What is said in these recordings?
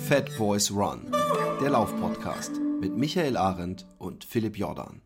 Fat Boys Run, der Laufpodcast mit Michael Arendt und Philipp Jordan.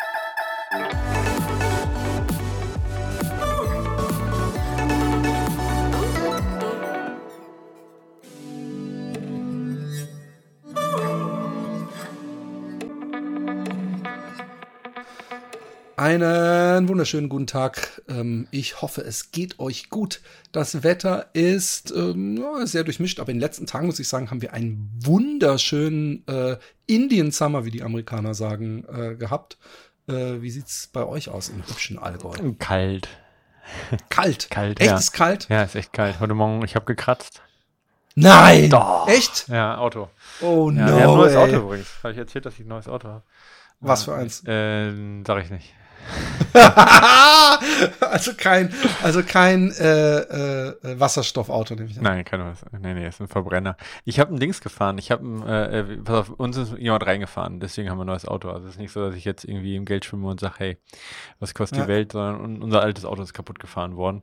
Einen wunderschönen guten Tag. Ich hoffe, es geht euch gut. Das Wetter ist sehr durchmischt, aber in den letzten Tagen, muss ich sagen, haben wir einen wunderschönen Indian Summer, wie die Amerikaner sagen, gehabt. Wie sieht's bei euch aus im hübschen Allgäu? Kalt. Kalt? Kalt, echt, ja. Ist kalt? Ja, ist echt kalt. Heute Morgen, ich habe gekratzt. Nein! Doch. Echt? Ja, Auto. Oh ja, no, ein neues ey. Auto übrigens. Habe ich erzählt, dass ich ein neues Auto habe? Was für eins? Sag ich nicht. also kein Wasserstoffauto, nehme ich an. Nein, kein Wasser. Nee, ist ein Verbrenner. Ich habe ein Dings gefahren. Pass auf, uns ist jemand reingefahren, deswegen haben wir ein neues Auto. Also es ist nicht so, dass ich jetzt irgendwie im Geld schwimme und sage, hey, was kostet die Welt, sondern unser altes Auto ist kaputt gefahren worden.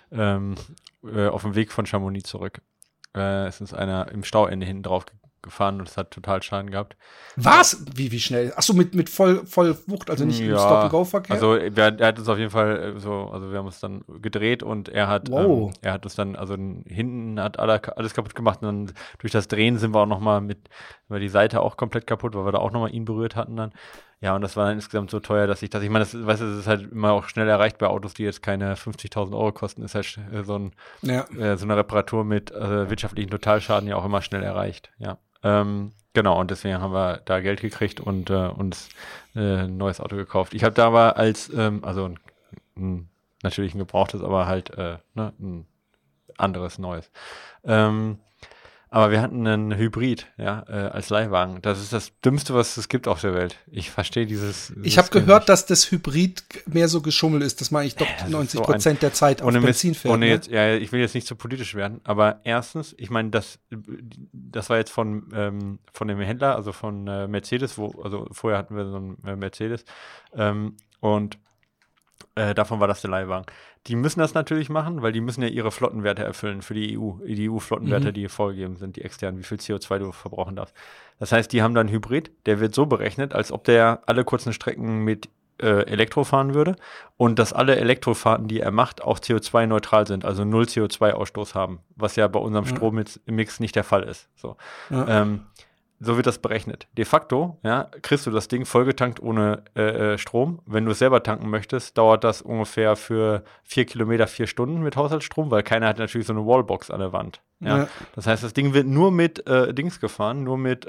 Auf dem Weg von Chamonix zurück. Es ist einer im Stauende hinten drauf gefahren und es hat total Schaden gehabt. Was? Wie schnell? Achso, mit voll Wucht, also nicht im Stop-and-Go-Verkehr? Also er hat uns auf jeden Fall wir haben uns dann gedreht und er hat uns dann, also hinten hat alles kaputt gemacht und dann durch das Drehen sind wir auch nochmal weil die Seite auch komplett kaputt, weil wir da auch nochmal ihn berührt hatten dann. Ja, und das war dann insgesamt so teuer, dass ich meine, das ist halt immer auch schnell erreicht bei Autos, die jetzt keine 50.000 Euro kosten, ist halt so eine Reparatur mit wirtschaftlichen Totalschaden ja auch immer schnell erreicht, ja. Genau, und deswegen haben wir da Geld gekriegt und uns ein neues Auto gekauft. Ich habe da aber natürlich ein gebrauchtes, aber halt ein anderes neues. Aber wir hatten einen Hybrid, als Leihwagen. Das ist das Dümmste, was es gibt auf der Welt. Ich verstehe Ich habe gehört, dass das Hybrid mehr so geschummelt ist, dass man eigentlich doch 90% der Zeit auf Benzin fährt. Ich will jetzt nicht so politisch werden, aber erstens, ich meine, das war jetzt von dem Händler, also von Mercedes, vorher hatten wir so einen Mercedes, und davon war das der Leihwagen. Die müssen das natürlich machen, weil die müssen ja ihre Flottenwerte erfüllen für die EU. Die EU-Flottenwerte, die vorgegeben sind, die externen, wie viel CO2 du verbrauchen darfst. Das heißt, die haben dann Hybrid, der wird so berechnet, als ob der alle kurzen Strecken mit Elektro fahren würde und dass alle Elektrofahrten, die er macht, auch CO2-neutral sind, also 0 CO2-Ausstoß haben, was ja bei unserem Strommix nicht der Fall ist. So. Ja. So wird das berechnet. De facto, kriegst du das Ding vollgetankt ohne Strom. Wenn du es selber tanken möchtest, dauert das ungefähr für 4 Kilometer 4 Stunden mit Haushaltsstrom, weil keiner hat natürlich so eine Wallbox an der Wand. Ja? Ja. Das heißt, das Ding wird nur mit Dings gefahren, nur mit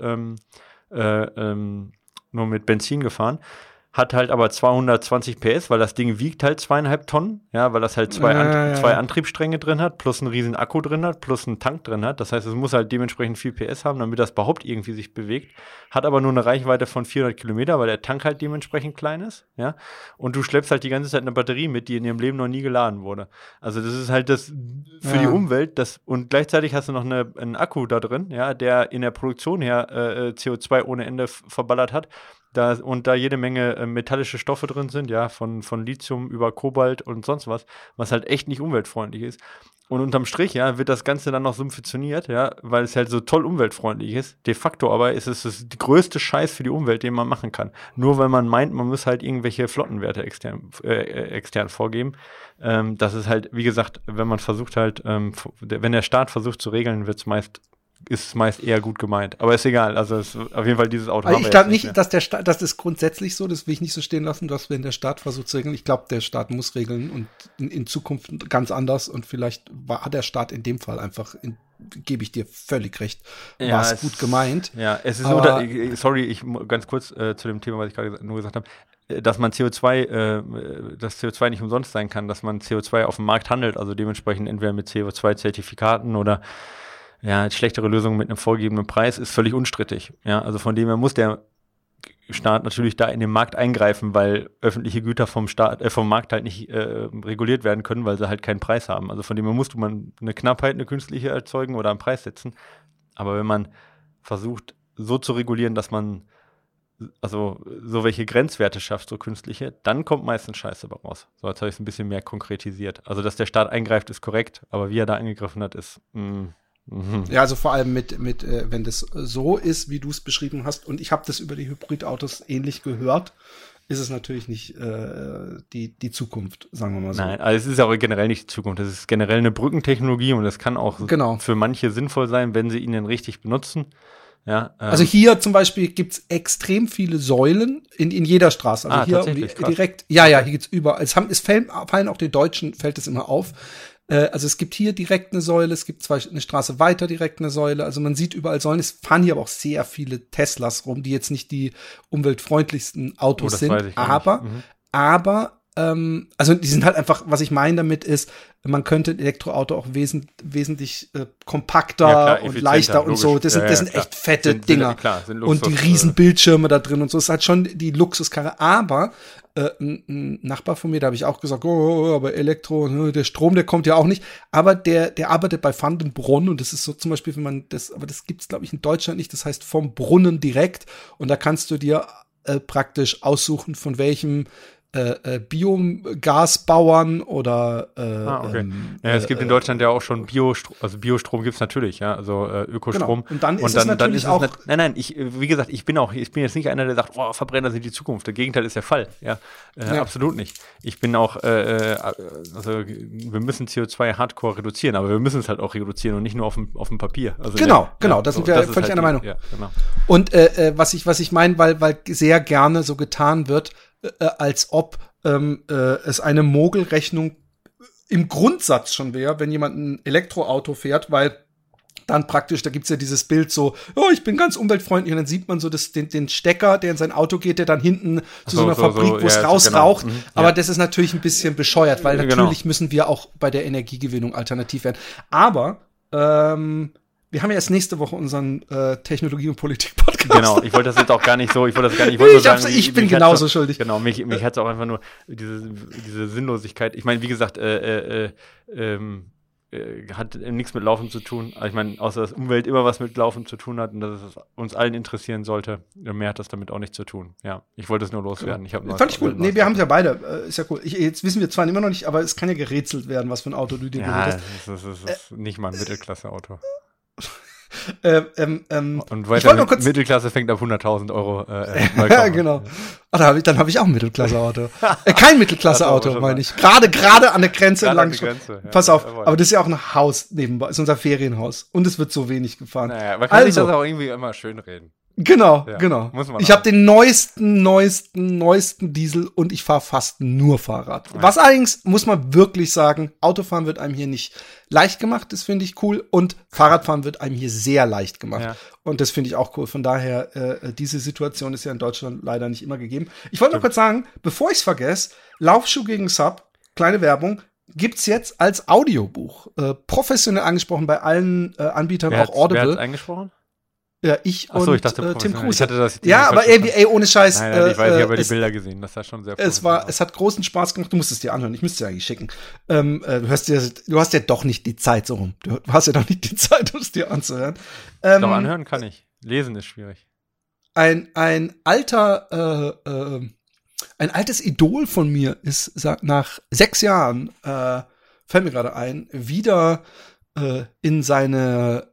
Benzin gefahren. Hat halt aber 220 PS, weil das Ding wiegt halt 2,5 Tonnen, weil das halt zwei Antriebsstränge drin hat, plus einen riesen Akku drin hat, plus einen Tank drin hat. Das heißt, es muss halt dementsprechend viel PS haben, damit das überhaupt irgendwie sich bewegt. Hat aber nur eine Reichweite von 400 Kilometer, weil der Tank halt dementsprechend klein ist, Und du schleppst halt die ganze Zeit eine Batterie mit, die in ihrem Leben noch nie geladen wurde. Also das ist halt das für die Umwelt, und gleichzeitig hast du noch einen Akku da drin, der in der Produktion her CO2 ohne Ende verballert hat. Da jede Menge metallische Stoffe drin sind, von Lithium über Kobalt und sonst was halt echt nicht umweltfreundlich ist. Und unterm Strich, wird das Ganze dann noch subventioniert, weil es halt so toll umweltfreundlich ist. De facto aber ist es das größte Scheiß für die Umwelt, den man machen kann. Nur weil man meint, man muss halt irgendwelche Flottenwerte extern vorgeben. Das ist halt, wie gesagt, wenn man versucht halt, wenn der Staat versucht zu regeln, ist es meist eher gut gemeint. Aber ist egal. Also auf jeden Fall dieses Auto. Also ich glaube nicht, dass der Staat, das ist grundsätzlich so, das will ich nicht so stehen lassen, dass wenn der Staat versucht zu regeln, ich glaube, der Staat muss regeln und in Zukunft ganz anders und vielleicht hat der Staat in dem Fall einfach, gebe ich dir völlig recht, war es gut gemeint. Ja, es ist ganz kurz zu dem Thema, was ich gerade nur gesagt habe, dass man CO2 nicht umsonst sein kann, dass man CO2 auf dem Markt handelt, also dementsprechend entweder mit CO2-Zertifikaten oder schlechtere Lösungen mit einem vorgegebenen Preis ist völlig unstrittig. Also von dem her muss der Staat natürlich da in den Markt eingreifen, weil öffentliche Güter vom Markt halt nicht reguliert werden können, weil sie halt keinen Preis haben. Also von dem her musste man eine Knappheit, eine künstliche erzeugen oder einen Preis setzen. Aber wenn man versucht, so zu regulieren, dass man so welche Grenzwerte schafft, so künstliche, dann kommt meistens Scheiße dabei raus. So, jetzt habe ich es ein bisschen mehr konkretisiert. Also, dass der Staat eingreift, ist korrekt, aber wie er da eingegriffen hat, ist Ja, also vor allem wenn das so ist, wie du es beschrieben hast, und ich habe das über die Hybridautos ähnlich gehört, ist es natürlich nicht die Zukunft, sagen wir mal so. Nein, also es ist auch generell nicht die Zukunft. Das ist generell eine Brückentechnologie und das kann auch für manche sinnvoll sein, wenn sie ihn dann richtig benutzen. Ja, also hier zum Beispiel gibt's extrem viele Säulen in jeder Straße. Also hier direkt, hier geht's überall. Es fallen auch den Deutschen, fällt es immer auf. Also es gibt hier direkt eine Säule, es gibt eine Straße weiter direkt eine Säule. Also man sieht überall Säulen. Es fahren hier aber auch sehr viele Teslas rum, die jetzt nicht die umweltfreundlichsten Autos sind. Aber also die sind halt einfach, was ich meine damit ist, man könnte ein Elektroauto auch wesentlich kompakter und leichter und so. Das sind echt fette Dinger. Sind und die riesen Bildschirme da drin und so. Das ist halt schon die Luxuskarre. Aber ein Nachbar von mir, da habe ich auch gesagt, aber Elektro, der Strom, der kommt ja auch nicht. Aber der arbeitet bei Van den Bronn und das ist so zum Beispiel, wenn man aber das gibt's glaube ich in Deutschland nicht. Das heißt vom Brunnen direkt und da kannst du dir praktisch aussuchen, von welchem Biogasbauern oder es gibt in Deutschland ja auch schon Biostrom gibt's natürlich, ja, also Ökostrom. Genau. Und dann ist es natürlich auch. Wie gesagt, ich bin jetzt nicht einer, der sagt, Verbrenner sind die Zukunft. Der Gegenteil ist der Fall, ja. Absolut nicht. Ich bin auch, also wir müssen CO2 hardcore reduzieren, aber wir müssen es halt auch reduzieren und nicht nur auf dem Papier. Also genau, da sind wir völlig einer Meinung. Ja, genau. Und was ich meine, weil sehr gerne so getan wird, als ob es eine Mogelrechnung im Grundsatz schon wäre, wenn jemand ein Elektroauto fährt, weil dann praktisch, da gibt's ja dieses Bild so, ich bin ganz umweltfreundlich und dann sieht man so den Stecker, der in sein Auto geht, der dann hinten zu so einer Fabrik, wo es rausraucht. Genau. Aber das ist natürlich ein bisschen bescheuert, weil natürlich müssen wir auch bei der Energiegewinnung alternativ werden. Aber wir haben ja erst nächste Woche unseren Technologie- und Politik-Podcast. Genau, ich wollte das jetzt auch gar nicht so, ich bin genauso schuldig. Genau, mich hat es auch einfach nur diese Sinnlosigkeit. Ich meine, wie gesagt, hat nichts mit Laufen zu tun. Also ich meine, außer dass Umwelt immer was mit Laufen zu tun hat und dass es uns allen interessieren sollte. Mehr hat das damit auch nicht zu tun. Ja, ich wollte es nur loswerden. Fand ich cool. Nee, wir haben es ja beide. Ist ja cool. Jetzt wissen wir zwar immer noch nicht, aber es kann ja gerätselt werden, was für ein Auto du dir gewählt hast. Das ist nicht mal ein Mittelklasse-Auto. Und weiter Mittelklasse fängt ab 100.000 Euro ja, genau. Dann habe ich auch ein Mittelklasse-Auto. Kein Mittelklasse-Auto, meine ich. Gerade an der Grenze entlang. Pass auf, aber das ist ja auch ein Haus nebenbei. Das ist unser Ferienhaus. Und es wird so wenig gefahren. Naja, man kann sich das auch irgendwie immer schön reden. Genau. Ich habe den neuesten Diesel und ich fahre fast nur Fahrrad. Ja. Was allerdings, muss man wirklich sagen, Autofahren wird einem hier nicht leicht gemacht, das finde ich cool. Und Fahrradfahren wird einem hier sehr leicht gemacht. Ja. Und das finde ich auch cool. Von daher, diese Situation ist ja in Deutschland leider nicht immer gegeben. Ich wollte noch kurz sagen, bevor ich es vergesse, Laufschuh gegen Sub, kleine Werbung, gibt's jetzt als Audiobuch. Professionell angesprochen bei allen Anbietern, auch Audible. Wer hat's eingesprochen? Ja, ich dachte, Tim Kruse. Ich hatte das aber ey, ohne Scheiß. Nein, ich weiß, ich habe die Bilder gesehen, das sah schon sehr es hat großen Spaß gemacht. Du musst es dir anhören, ich müsste es dir eigentlich schicken. Du hast ja doch nicht die Zeit so rum. Du hast ja doch nicht die Zeit, um es dir anzuhören. Doch, anhören kann ich. Lesen ist schwierig. Ein altes Idol von mir ist nach 6 Jahren, fällt mir gerade ein, wieder in seine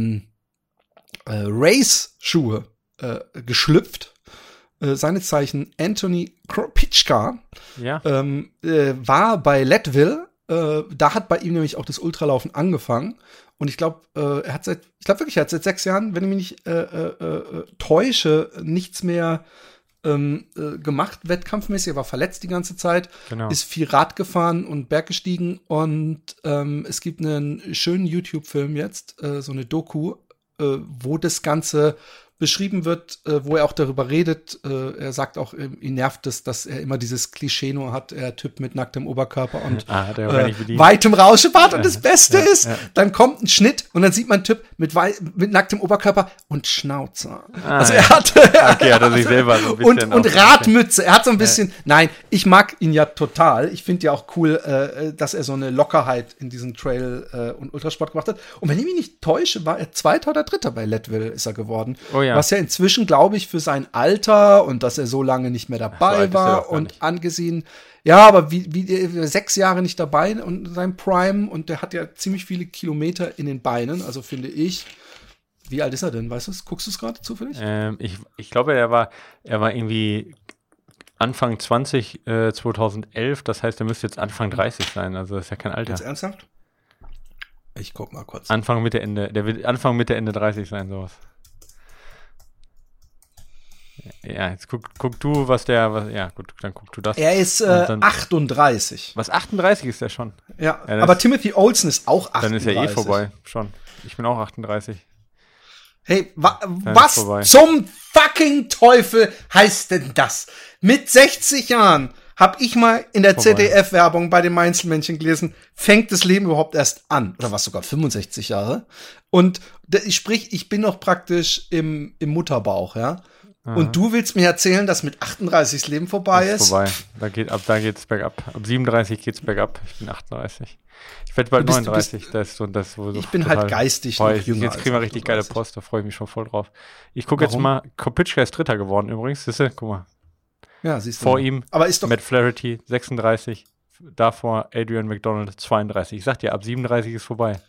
Race-Schuhe geschlüpft. Seines Zeichen Anthony Kropitschka war bei Leadville. Da hat bei ihm nämlich auch das Ultralaufen angefangen. Und ich glaube, er hat seit 6 Jahren, wenn ich mich nicht täusche, nichts mehr gemacht, wettkampfmäßig. Er war verletzt die ganze Zeit, ist viel Rad gefahren und Berg gestiegen. Und es gibt einen schönen YouTube-Film jetzt, so eine Doku, wo das Ganze beschrieben wird, wo er auch darüber redet. Er sagt auch, ihn nervt es, dass er immer dieses Klischee nur hat, er Typ mit nacktem Oberkörper und weitem Rauschebart. Und das Beste ist, dann kommt ein Schnitt und dann sieht man einen Typ mit nacktem Oberkörper und Schnauzer. Also er hat sich selber so ein bisschen und Radmütze. Er hat so ein bisschen, nein, ich mag ihn ja total. Ich finde ja auch cool, dass er so eine Lockerheit in diesem Trail und Ultrasport gemacht hat. Und wenn ich mich nicht täusche, war er 2. oder 3. bei Leadville ist er geworden. Oh ja. Was ja inzwischen, glaube ich, für sein Alter und dass er so lange nicht mehr dabei war und nicht. angesehen, ja, aber wie 6 Jahre nicht dabei und sein Prime und der hat ja ziemlich viele Kilometer in den Beinen, also finde ich. Wie alt ist er denn, weißt du es? Guckst du es gerade zufällig? Ich glaube, er war irgendwie Anfang 20, 2011, das heißt, er müsste jetzt Anfang 30 sein, also das ist ja kein Alter. Jetzt ernsthaft? Ich guck mal kurz. Anfang, Mitte, Ende 30 sein, sowas. Ja, jetzt guck du, ja gut, dann guck du das. Er ist 38. Was, 38 ist der schon? Ja, aber Timothy Olsen ist auch 38. Dann ist ja vorbei, schon. Ich bin auch 38. Hey, was zum fucking Teufel heißt denn das? Mit 60 Jahren hab ich mal in der ZDF-Werbung bei den Mainzelmännchen gelesen, fängt das Leben überhaupt erst an. Oder was, sogar 65 Jahre. Und sprich, ich bin noch praktisch im Mutterbauch, ja. Und du willst mir erzählen, dass mit 38 das Leben vorbei ist? Vorbei. Da geht's bergab. Ab 37 geht's bergab. Ich bin 38. Ich werde bald 39. Ich bin halt geistig noch jünger. Jetzt kriegen wir richtig geile Post, da freue ich mich schon voll drauf. Ich gucke jetzt mal, Kopitschka ist Dritter geworden übrigens. Siehst du? Guck mal. Ja, siehst du. Vor ihm aber ist doch Matt Flaherty 36. Davor Adrian McDonald 32. Ich sag dir, ab 37 ist vorbei.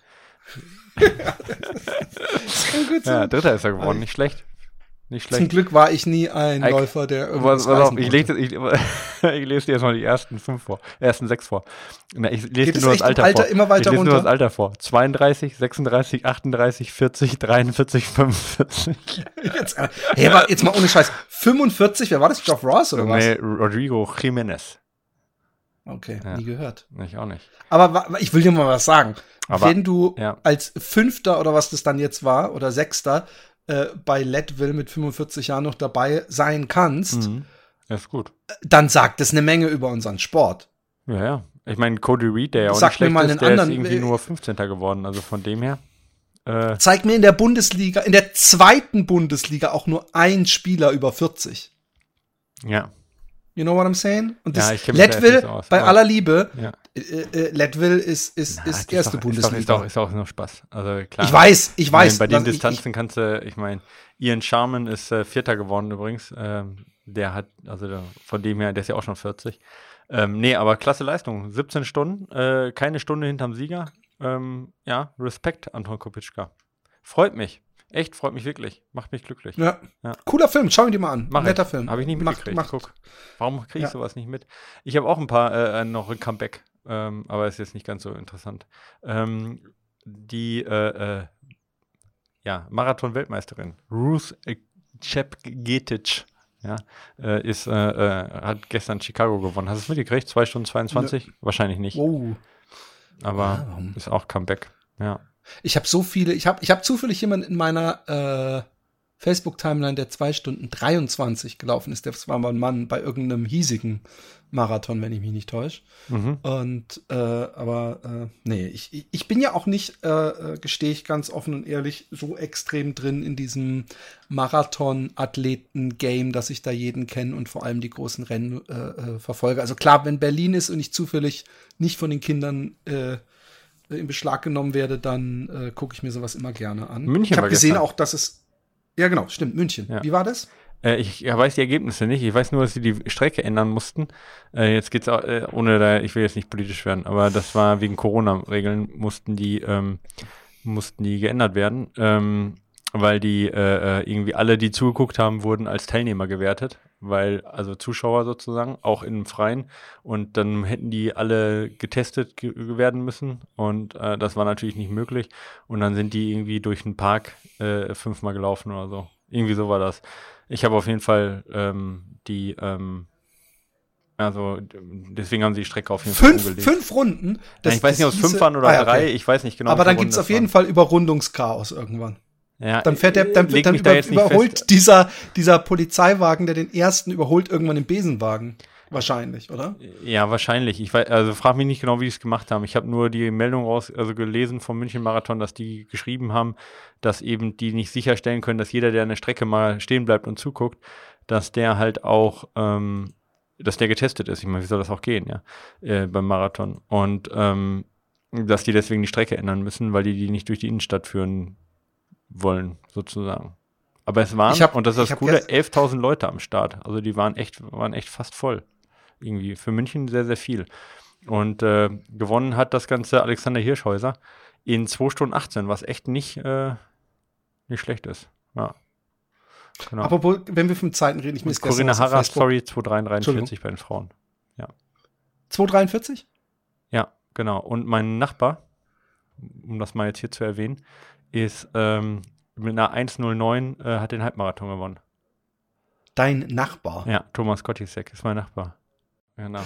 Ja, Dritter ist er geworden. Nicht schlecht. Zum Glück war ich nie ein Läufer, der irgendwas ich lese dir jetzt mal die ersten 6 vor. Ich lese dir nur das Alter vor. Immer weiter ich lese runter? nur das Alter vor. 32, 36, 38, 40, 43, 45. Jetzt mal ohne Scheiß. 45, wer war das? Geoff Ross oder was? Nee, Rodrigo Jiménez. Okay, nie gehört. Ich auch nicht. Aber ich will dir mal was sagen. Wenn du ja. als Fünfter oder was das dann jetzt war oder Sechster bei Leadville mit 45 Jahren noch dabei sein kannst, das ist gut. Dann sagt das eine Menge über unseren Sport. Ja. Ich meine, Cody Reed, der ja auch Sag nicht schlecht ist, der anderen, ist irgendwie nur 15. geworden. Also von dem her. Zeig mir in der Bundesliga, in der zweiten Bundesliga auch nur ein Spieler über 40. Ja. You know what I'm saying? Und das Leadville, bei aller Liebe, Leadville ist erste Bundesliga. Ist auch nur Spaß. Also klar. Ich weiß. Bei den Distanzen kannst du, ich meine, Ian Sharman ist Vierter geworden übrigens. Der hat, also von dem her, der ist ja auch schon 40. Nee, aber klasse Leistung. 17 Stunden, keine Stunde hinterm Sieger. Respekt, Anton Kopitschka. Freut mich. Echt, freut mich wirklich. Macht mich glücklich. Ja. Cooler Film, schau ihn dir mal an. Netter Film. Habe ich nicht mitgekriegt. Guck. Warum kriege ich sowas nicht mit? Ich habe auch ein paar noch ein Comeback, aber ist jetzt nicht ganz so interessant. Die Marathon-Weltmeisterin Ruth Chepngetich hat gestern Chicago gewonnen. Hast du es mitgekriegt? 2 Stunden 22? Ja. Wahrscheinlich nicht. Oh. Aber ist auch Comeback. Ja. Ich habe so viele, ich hab zufällig jemanden in meiner Facebook-Timeline, der 2 Stunden 23 gelaufen ist. Das war mal ein Mann bei irgendeinem hiesigen Marathon, wenn ich mich nicht täusche. Und ich bin ja auch nicht, gestehe ich ganz offen und ehrlich, so extrem drin in diesem Marathon-Athleten-Game, dass ich da jeden kenne und vor allem die großen Rennen verfolge. Also klar, wenn Berlin ist und ich zufällig nicht von den Kindern in Beschlag genommen werde, dann gucke ich mir sowas immer gerne an. München ich habe gesehen auch, dass es ja genau, stimmt, München. Ja. Wie war das? Ich weiß die Ergebnisse nicht. Ich weiß nur, dass sie die Strecke ändern mussten. Jetzt geht's auch, ich will jetzt nicht politisch werden, aber das war wegen Corona-Regeln, mussten die geändert werden, weil die irgendwie alle, die zugeguckt haben, wurden als Teilnehmer gewertet, also Zuschauer sozusagen, auch im Freien, und dann hätten die alle getestet werden müssen, und das war natürlich nicht möglich, und dann sind die irgendwie durch den Park 5-mal gelaufen oder so. Irgendwie so war das. Ich habe auf jeden Fall deswegen haben sie die Strecke auf jeden Fall umgelegt. 5 Runden? Ich weiß nicht, ob es 5 waren oder 3, okay. Ich weiß nicht genau. Aber dann gibt es auf jeden Fall Überrundungschaos irgendwann. Ja, dann überholt dieser Polizeiwagen, der den ersten überholt, irgendwann den Besenwagen. Wahrscheinlich, oder? Ja, wahrscheinlich. Frag mich nicht genau, wie die es gemacht haben. Ich habe nur die Meldung gelesen vom München-Marathon, dass die geschrieben haben, dass eben die nicht sicherstellen können, dass jeder, der an der Strecke mal stehen bleibt und zuguckt, dass der halt auch, dass der getestet ist. Ich meine, wie soll das auch gehen, beim Marathon? Und dass die deswegen die Strecke ändern müssen, weil die nicht durch die Innenstadt führen wollen, sozusagen. Aber es waren, und das ist das Coole, 11.000 Leute am Start. Also die waren echt fast voll. Irgendwie für München sehr, sehr viel. Und gewonnen hat das Ganze Alexander Hirschhäuser in 2 Stunden 18, was echt nicht schlecht ist. Ja. Genau. Apropos, wenn wir von Zeiten reden, ich muss Corinna Harras, sorry, 2,43 bei den Frauen. Ja. 2,43? Ja, genau. Und mein Nachbar, um das mal jetzt hier zu erwähnen, ist mit einer 1,09 hat den Halbmarathon gewonnen. Dein Nachbar? Ja, Thomas Kotisek ist mein Nachbar. Genau.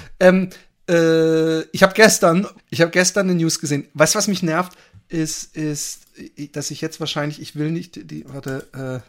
Ich habe gestern eine News gesehen. Weißt du, was mich nervt? Ist, dass ich jetzt wahrscheinlich, ich will nicht ich habe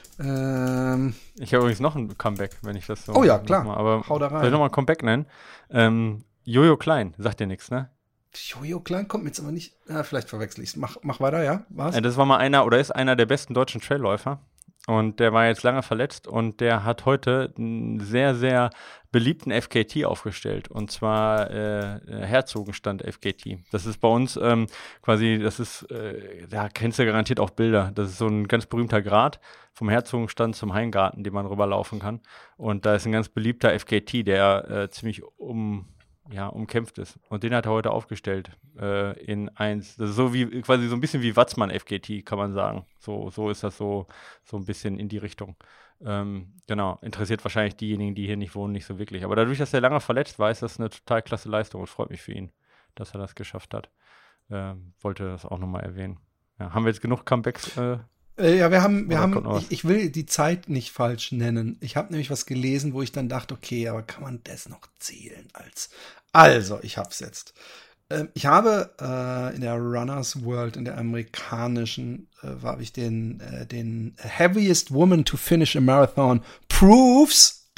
übrigens noch ein Comeback, wenn ich das so. Oh ja, klar. Aber hau da rein. soll ich nochmal ein Comeback nennen? Jojo Klein, sagt dir nichts, ne? Jojo Klein kommt mir jetzt aber nicht. Vielleicht verwechsel ich es. Mach weiter, ja? Was? Das war mal ist einer der besten deutschen Trailläufer. Und der war jetzt lange verletzt und der hat heute einen sehr, sehr beliebten FKT aufgestellt. Und zwar Herzogenstand FKT. Das ist bei uns quasi, da kennst du garantiert auch Bilder. Das ist so ein ganz berühmter Grat vom Herzogenstand zum Heingarten, den man rüberlaufen kann. Und da ist ein ganz beliebter FKT, der ziemlich umkämpft ist. Und den hat er heute aufgestellt in 1. Das ist so wie quasi so ein bisschen wie Watzmann FKT, kann man sagen. So ist das so ein bisschen in die Richtung. Genau, interessiert wahrscheinlich diejenigen, die hier nicht wohnen, nicht so wirklich. Aber dadurch, dass er lange verletzt war, ist das eine total klasse Leistung und freut mich für ihn, dass er das geschafft hat. Wollte das auch nochmal erwähnen. Ja, haben wir jetzt genug Comebacks? Ja, wir haben, ich will die Zeit nicht falsch nennen. Ich habe nämlich was gelesen, wo ich dann dachte, okay, aber kann man das noch zählen Also, ich hab's jetzt. Ich habe in der Runners World, in der amerikanischen, habe ich den Heaviest Woman to Finish a Marathon proves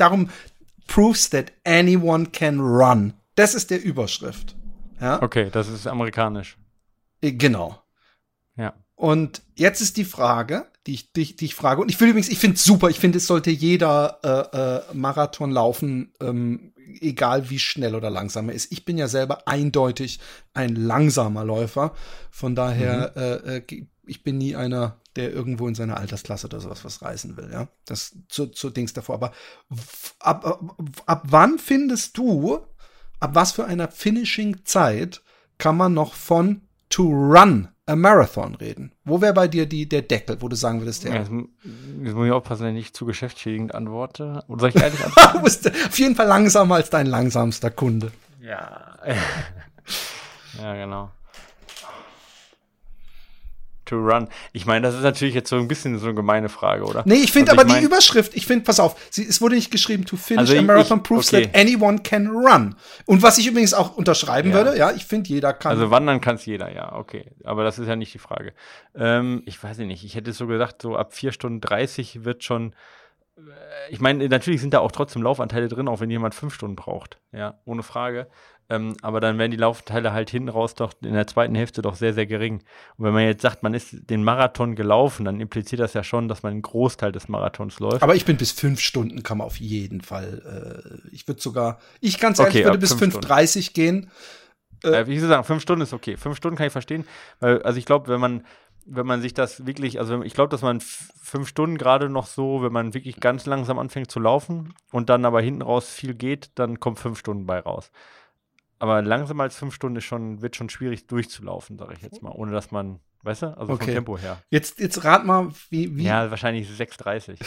that anyone can run. Das ist der Überschrift. Ja? Okay, das ist amerikanisch. Genau. Ja. Und jetzt ist die Frage, die ich frage, und ich finde es super, ich finde, es sollte jeder Marathon laufen, egal wie schnell oder langsam er ist. Ich bin ja selber eindeutig ein langsamer Läufer, von daher, ich bin nie einer, der irgendwo in seiner Altersklasse oder sowas was reißen will, ja. Das zu Dings davor. Aber ab wann findest du, ab was für einer Finishing-Zeit kann man noch von to run a Marathon reden? Wo wäre bei dir der Deckel, wo du sagen würdest, jetzt muss ich aufpassen, wenn ich nicht zu geschäftsschädigend antworte. Oder soll ich ehrlich antworten? Du bist auf jeden Fall langsamer als dein langsamster Kunde. Ja. Ja, genau. To run. Ich meine, das ist natürlich jetzt so ein bisschen so eine gemeine Frage, oder? Nee, ich finde die Überschrift, pass auf, es wurde nicht geschrieben, to finish a marathon proves that anyone can run. Und was ich übrigens auch unterschreiben würde, ja, ich finde, jeder kann. Also wandern kann es jeder, ja, okay. Aber das ist ja nicht die Frage. Ich weiß nicht, ich hätte so gesagt, so ab 4 Stunden 30 wird schon, ich meine, natürlich sind da auch trotzdem Laufanteile drin, auch wenn jemand 5 Stunden braucht, ja, ohne Frage. Aber dann werden die Laufanteile halt hinten raus doch in der zweiten Hälfte doch sehr, sehr gering. Und wenn man jetzt sagt, man ist den Marathon gelaufen, dann impliziert das ja schon, dass man einen Großteil des Marathons läuft. Aber ich bin bis 5 Stunden, kann man auf jeden Fall. Ich ganz ehrlich, würde bis 5:30 gehen. Wie Sie sagen, 5 Stunden ist okay. 5 Stunden kann ich verstehen. Weil, also ich glaube, wenn man sich das wirklich, also ich glaube, dass man 5 Stunden gerade noch so, wenn man wirklich ganz langsam anfängt zu laufen und dann aber hinten raus viel geht, dann kommt 5 Stunden bei raus. Aber langsamer als 5 Stunden wird schon schwierig durchzulaufen, sage ich jetzt mal, ohne dass man, weißt du, also vom Tempo her. Jetzt rat mal, wie. Ja, wahrscheinlich 6:30.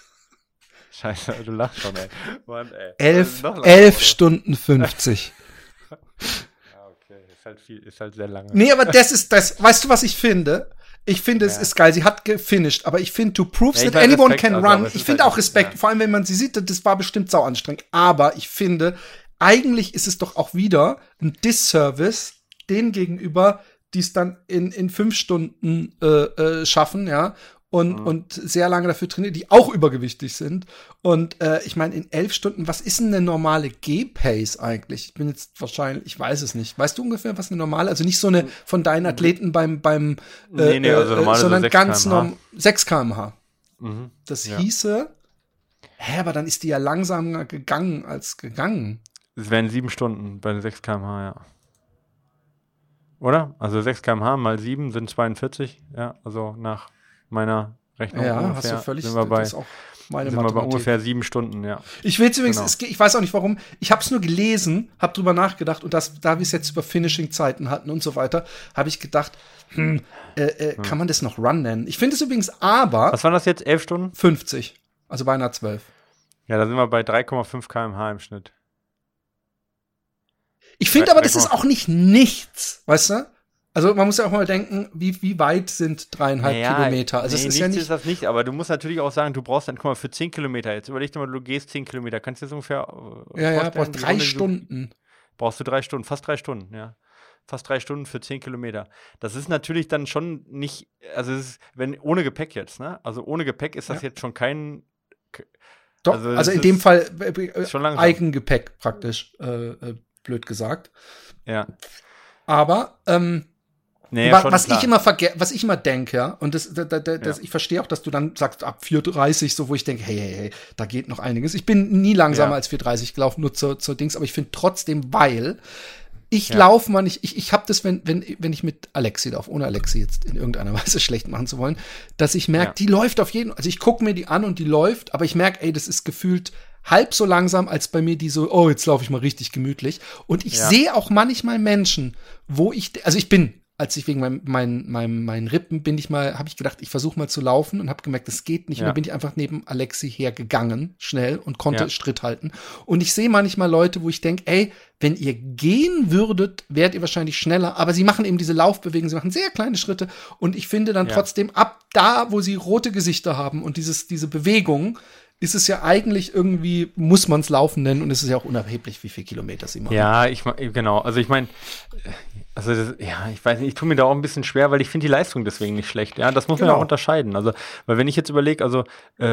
Scheiße, du lachst schon, ey. Mann, ey. 11 Stunden 50. Ja, okay, ist halt sehr lange. Nee, aber das ist das, weißt du, was ich finde? Ich finde, es ist geil. Sie hat gefinisht, aber ich finde, to prove that anyone can run. Ich finde auch Respekt, vor allem, wenn man sie sieht, das war bestimmt sau anstrengend. Aber ich finde, eigentlich ist es doch auch wieder ein Disservice denen gegenüber, die es dann in 5 Stunden schaffen, ja, und sehr lange dafür trainieren, die auch übergewichtig sind. Und ich meine, in 11 Stunden, was ist denn eine normale G-Pace eigentlich? Ich bin jetzt wahrscheinlich, ich weiß es nicht. Weißt du ungefähr, was eine normale, also nicht so eine von deinen Athleten beim nee, also normale sondern so 6 ganz km/h. 6 km/h. Mhm. Das hieße, aber dann ist die ja langsamer gegangen als gegangen. Es wären 7 Stunden bei 6 km/h, ja. Oder? Also 6 km/h mal 7 sind 42, ja, also nach meiner Rechnung Ja, ungefähr, hast du völlig, sind wir bei, das ist auch meine sind wir bei Mathematik. ungefähr 7 Stunden, ja. Ich will übrigens, Genau. ich weiß auch nicht warum, ich habe es nur gelesen, habe drüber nachgedacht und da wir es jetzt über Finishing-Zeiten hatten und so weiter, habe ich gedacht, kann man das noch Run nennen? Ich finde es übrigens aber Was waren das jetzt, 11 Stunden? 50, also beinahe 12. Ja, da sind wir bei 3,5 km/h im Schnitt. Ich finde aber, das ist auch nicht nichts, weißt du? Also man muss ja auch mal denken, wie weit sind 3,5 Kilometer? Also nee, es ist ja nicht. ist das nicht, aber du musst natürlich auch sagen, du brauchst dann, guck mal, für 10 Kilometer, jetzt überleg dir mal, du gehst 10 Kilometer, kannst du dir das ungefähr Brauchst 3 Stunden. Brauchst du 3 Stunden, fast 3 Stunden, ja. Fast 3 Stunden für 10 Kilometer. Das ist natürlich dann schon nicht, also es ist, wenn ohne Gepäck jetzt, ne? Also ohne Gepäck ist das jetzt schon kein. Doch, also in dem Fall schon langsam. Eigengepäck praktisch, blöd gesagt. Ja. Aber Naja, was ich immer denke, ja, und ich verstehe auch, dass du dann sagst, ab 4,30 so, wo ich denke, hey, da geht noch einiges. Ich bin nie langsamer als 4,30 gelaufen, nur zur Dings, aber ich finde trotzdem, weil ich laufe mal nicht, ich habe das, wenn ich mit Alexi laufe, ohne Alexi jetzt in irgendeiner Weise schlecht machen zu wollen, dass ich merke, die läuft auf jeden Fall, also ich gucke mir die an und die läuft, aber ich merke, das ist gefühlt halb so langsam als bei mir, die so, oh, jetzt laufe ich mal richtig gemütlich. Und ich sehe auch manchmal Menschen, als ich wegen meinen Rippen habe ich gedacht, ich versuche mal zu laufen und habe gemerkt, das geht nicht. Und dann bin ich einfach neben Alexi hergegangen, schnell, und konnte Schritt halten. Und ich sehe manchmal Leute, wo ich denke, wenn ihr gehen würdet, wärt ihr wahrscheinlich schneller. Aber sie machen eben diese Laufbewegungen, sie machen sehr kleine Schritte. Und ich finde dann trotzdem, ab da, wo sie rote Gesichter haben und diese Bewegung, ist es ja eigentlich irgendwie, muss man es Laufen nennen, und es ist ja auch unerheblich, wie viele Kilometer sie machen. Ja, genau. Also ich meine, ich weiß nicht, ich tue mir da auch ein bisschen schwer, weil ich finde die Leistung deswegen nicht schlecht. Ja, das muss man ja auch unterscheiden. Also, weil wenn ich jetzt überlege, also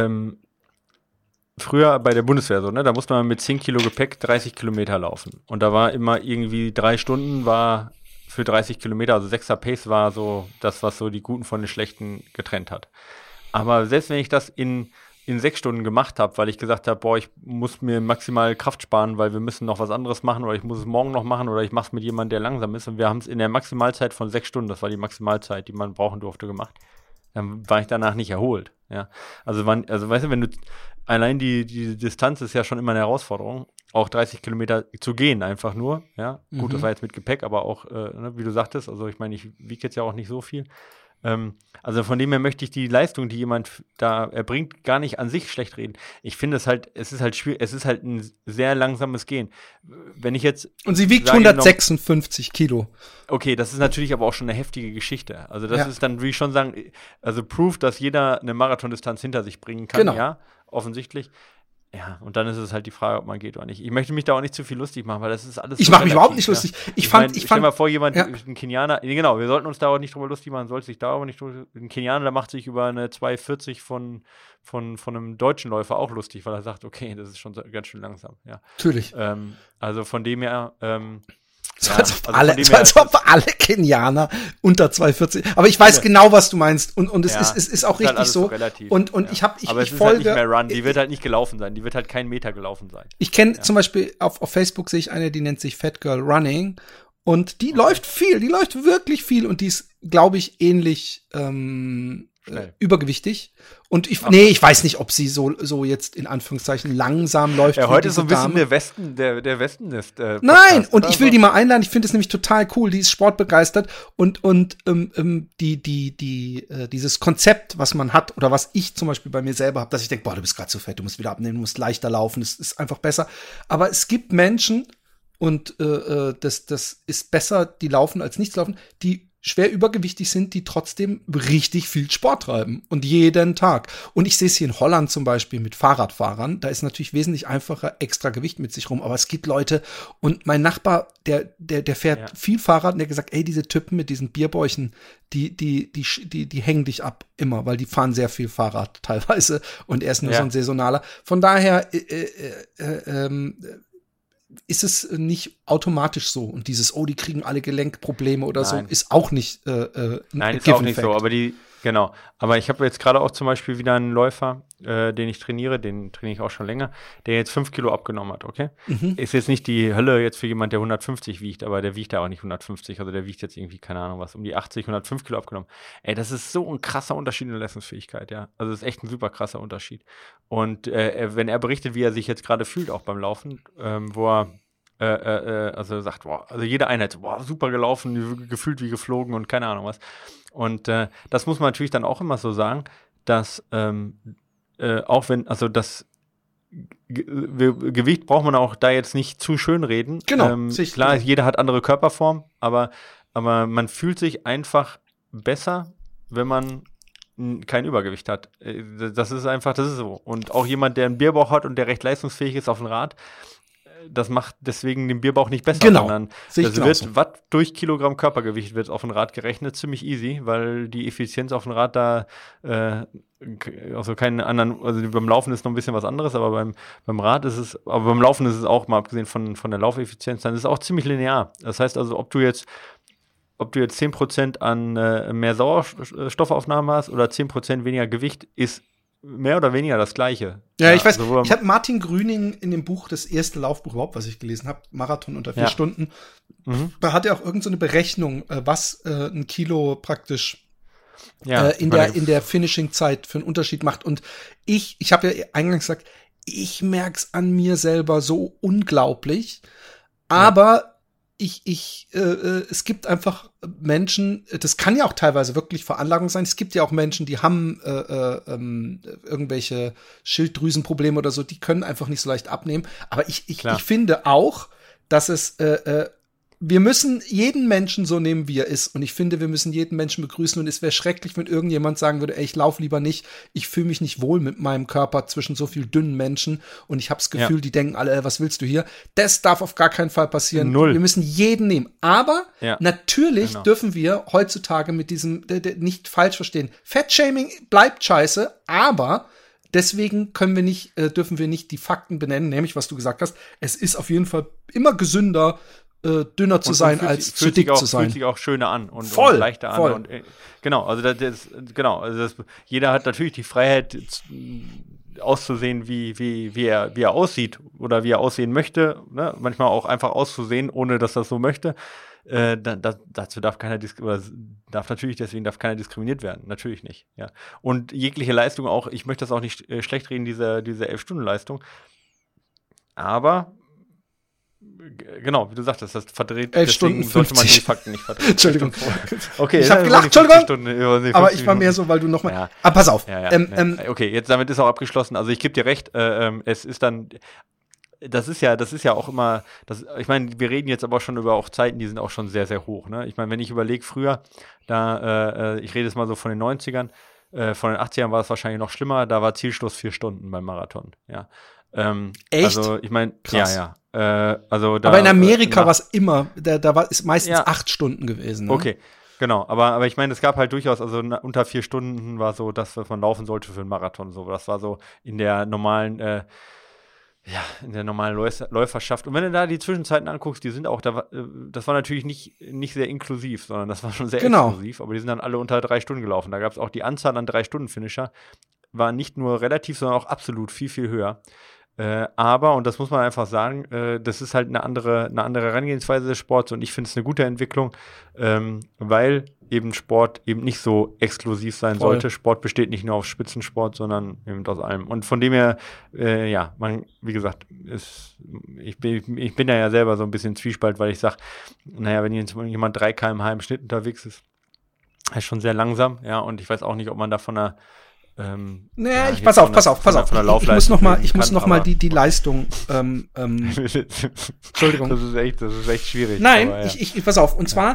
früher bei der Bundeswehr so, ne, da musste man mit 10 Kilo Gepäck 30 Kilometer laufen. Und da war immer irgendwie 3 Stunden war für 30 Kilometer, also 6er Pace war so das, was so die Guten von den Schlechten getrennt hat. Aber selbst wenn ich das in 6 Stunden gemacht habe, weil ich gesagt habe, ich muss mir maximal Kraft sparen, weil wir müssen noch was anderes machen oder ich muss es morgen noch machen oder ich mache es mit jemandem, der langsam ist, und wir haben es in der Maximalzeit von 6 Stunden, das war die Maximalzeit, die man brauchen durfte, gemacht. Dann war ich danach nicht erholt. Ja? Also weißt du, wenn du allein die Distanz ist ja schon immer eine Herausforderung, auch 30 Kilometer zu gehen einfach nur. Ja? Gut, das war jetzt mit Gepäck, aber auch, wie du sagtest, also ich meine, ich wiege jetzt ja auch nicht so viel. Also von dem her möchte ich die Leistung, die jemand da erbringt, gar nicht an sich schlecht reden. Ich finde es ist halt schwierig, es ist halt ein sehr langsames Gehen. Wenn ich jetzt. Und sie wiegt 156 Kilo. Okay, das ist natürlich aber auch schon eine heftige Geschichte. Also das ist dann, würde ich schon sagen, also Proof, dass jeder eine Marathondistanz hinter sich bringen kann, ja, offensichtlich. Ja, und dann ist es halt die Frage, ob man geht oder nicht. Ich möchte mich da auch nicht zu viel lustig machen, weil das ist alles. Ich mache mich überhaupt nicht lustig. Ich fand. Stell mal vor, ein Kenianer, genau, wir sollten uns da auch nicht drüber lustig machen, sollte sich da aber nicht drüber. Ein Kenianer, der macht sich über eine 2,40 von einem deutschen Läufer auch lustig, weil er sagt, okay, das ist schon ganz schön langsam. Ja. Natürlich. Also von dem her. Als ob alle Kenianer unter 2,40. Aber ich weiß genau, was du meinst. Und es ist auch richtig so. Und ich aber es ist halt nicht mehr Run. Die wird halt nicht gelaufen sein. Die wird halt keinen Meter gelaufen sein. Ich kenne zum Beispiel auf Facebook sehe ich eine, die nennt sich Fat Girl Running. Und die läuft viel. Die läuft wirklich viel. Und die ist, glaube ich, ähnlich übergewichtig. Und ich weiß nicht, ob sie so jetzt in Anführungszeichen langsam läuft. Ja, heute ist so ein bisschen der Westen ist. Nein, und ich will die mal einladen. Ich finde es nämlich total cool. Die ist sportbegeistert und dieses Konzept, was man hat oder was ich zum Beispiel bei mir selber habe, dass ich denke, du bist gerade zu fett, du musst wieder abnehmen, du musst leichter laufen, es ist einfach besser. Aber es gibt Menschen, und das ist besser, die laufen als nicht laufen, die schwer übergewichtig sind, die trotzdem richtig viel Sport treiben und jeden Tag. Und ich sehe es hier in Holland zum Beispiel mit Fahrradfahrern, da ist natürlich wesentlich einfacher extra Gewicht mit sich rum, aber es gibt Leute, und mein Nachbar, der fährt viel Fahrrad, und der hat gesagt, diese Typen mit diesen Bierbäuchen, die hängen dich ab immer, weil die fahren sehr viel Fahrrad teilweise, und er ist nur so ein Saisonaler. Von daher ist es nicht automatisch so. Und dieses, die kriegen alle Gelenkprobleme oder so, ist auch nicht Nein, ist auch nicht so. Aber Genau, aber ich habe jetzt gerade auch zum Beispiel wieder einen Läufer, den ich trainiere, den trainiere ich auch schon länger, der jetzt 5 Kilo abgenommen hat, okay? Ist jetzt nicht die Hölle jetzt für jemand, der 150 wiegt, aber der wiegt ja auch nicht 150, also der wiegt jetzt irgendwie, keine Ahnung was, um die 80, 105 Kilo abgenommen. Ey, das ist so ein krasser Unterschied in der Leistungsfähigkeit, ja. Also das ist echt ein super krasser Unterschied. Und wenn er berichtet, wie er sich jetzt gerade fühlt, auch beim Laufen, wo er also sagt, boah, also jede Einheit, boah, super gelaufen, gefühlt wie geflogen und keine Ahnung was. Und das muss man natürlich dann auch immer so sagen, dass auch wenn, also das Gewicht braucht man auch da jetzt nicht zu schön reden. Genau. Klar, jeder hat andere Körperform, aber man fühlt sich einfach besser, wenn man kein Übergewicht hat. Das ist so. Und auch jemand, der einen Bierbauch hat und der recht leistungsfähig ist auf dem Rad, das macht deswegen den Bierbauch nicht besser, genau. sondern das wird Watt durch Kilogramm Körpergewicht wird auf dem Rad gerechnet, ziemlich easy, weil die Effizienz auf dem Rad da also keinen anderen, also beim Laufen ist noch ein bisschen was anderes, aber beim Rad ist es, aber beim Laufen ist es auch, mal abgesehen von der Laufeffizienz, dann ist es auch ziemlich linear. Das heißt also, ob du jetzt 10% an mehr Sauerstoffaufnahme hast oder 10% weniger Gewicht, ist mehr oder weniger das Gleiche. Ja, ich weiß. Ich habe Martin Grüning in dem Buch, das erste Laufbuch überhaupt, was ich gelesen habe, Marathon unter 4 Stunden, da hat er auch irgend so eine Berechnung, was ein Kilo praktisch in der Finishing-Zeit für einen Unterschied macht. Und ich habe ja eingangs gesagt, ich merk's an mir selber so unglaublich, aber es gibt einfach Menschen, das kann ja auch teilweise wirklich Veranlagung sein. Es gibt ja auch Menschen, die haben irgendwelche Schilddrüsenprobleme oder so, die können einfach nicht so leicht abnehmen. Aber ich finde auch, dass es wir müssen jeden Menschen so nehmen, wie er ist. Und ich finde, wir müssen jeden Menschen begrüßen. Und es wäre schrecklich, wenn irgendjemand sagen würde, ey, ich laufe lieber nicht. Ich fühle mich nicht wohl mit meinem Körper zwischen so viel dünnen Menschen. Und ich habe das Gefühl, die denken alle, was willst du hier? Das darf auf gar keinen Fall passieren. Null. Wir müssen jeden nehmen. Aber natürlich dürfen wir heutzutage mit diesem nicht falsch verstehen. Fettshaming bleibt scheiße, aber deswegen dürfen wir nicht die Fakten benennen, nämlich was du gesagt hast. Es ist auf jeden Fall immer gesünder, dünner zu sein, als zu dick zu sein. Fühlt sich auch schöner an und leichter an. Voll. Und, genau, also jeder hat natürlich die Freiheit, auszusehen, wie er aussieht oder wie er aussehen möchte. Ne? Manchmal auch einfach auszusehen, ohne dass das so möchte. Dazu darf keiner deswegen darf keiner diskriminiert werden. Natürlich nicht. Ja. Und jegliche Leistung auch, ich möchte das auch nicht schlecht reden, diese 11-Stunden-Leistung. Aber genau, wie du sagtest, das verdreht. 11 Stunden 50. Sollte man die Fakten nicht verdrehen. Entschuldigung. Okay, ich habe gelacht, Entschuldigung. Aber ich war mehr so, weil du noch mal. Ja. Aber pass auf. Okay, jetzt damit ist auch abgeschlossen. Also ich gebe dir recht. Es ist dann. Das ist ja auch immer. Ich meine, wir reden jetzt aber schon über auch Zeiten, die sind auch schon sehr, sehr hoch. Ne? Ich meine, wenn ich überlege, früher, ich rede jetzt mal so von den 90ern, von den 80ern war es wahrscheinlich noch schlimmer. Da war Zielschluss 4 Stunden beim Marathon. Ja. Echt? Also ich meine, ja. Aber in Amerika war es immer, ist meistens 8 Stunden gewesen. Ne? Okay, genau. Aber ich meine, es gab halt durchaus, also unter 4 Stunden war so das, was man laufen sollte für einen Marathon. So, das war so in der normalen, Läuferschaft. Und wenn du da die Zwischenzeiten anguckst, die sind auch, das war natürlich nicht sehr inklusiv, sondern das war schon sehr exklusiv. Aber die sind dann alle unter 3 Stunden gelaufen. Da gab es auch die Anzahl an 3-Stunden-Finisher, war nicht nur relativ, sondern auch absolut viel, viel höher. Aber, und das muss man einfach sagen, das ist halt eine andere Herangehensweise des Sports und ich finde es eine gute Entwicklung, weil eben Sport eben nicht so exklusiv sein sollte. Sport besteht nicht nur auf Spitzensport, sondern eben aus allem. Und von dem her, wie gesagt, ich bin da ja selber so ein bisschen Zwiespalt, weil ich sage, naja, wenn jetzt jemand 3 km/h im Schnitt unterwegs ist, ist schon sehr langsam, ja, und ich weiß auch nicht, ob man da von einer pass auf. Ich muss noch mal die Leistung. Entschuldigung. Das ist echt schwierig. Nein, ich pass auf. Und zwar,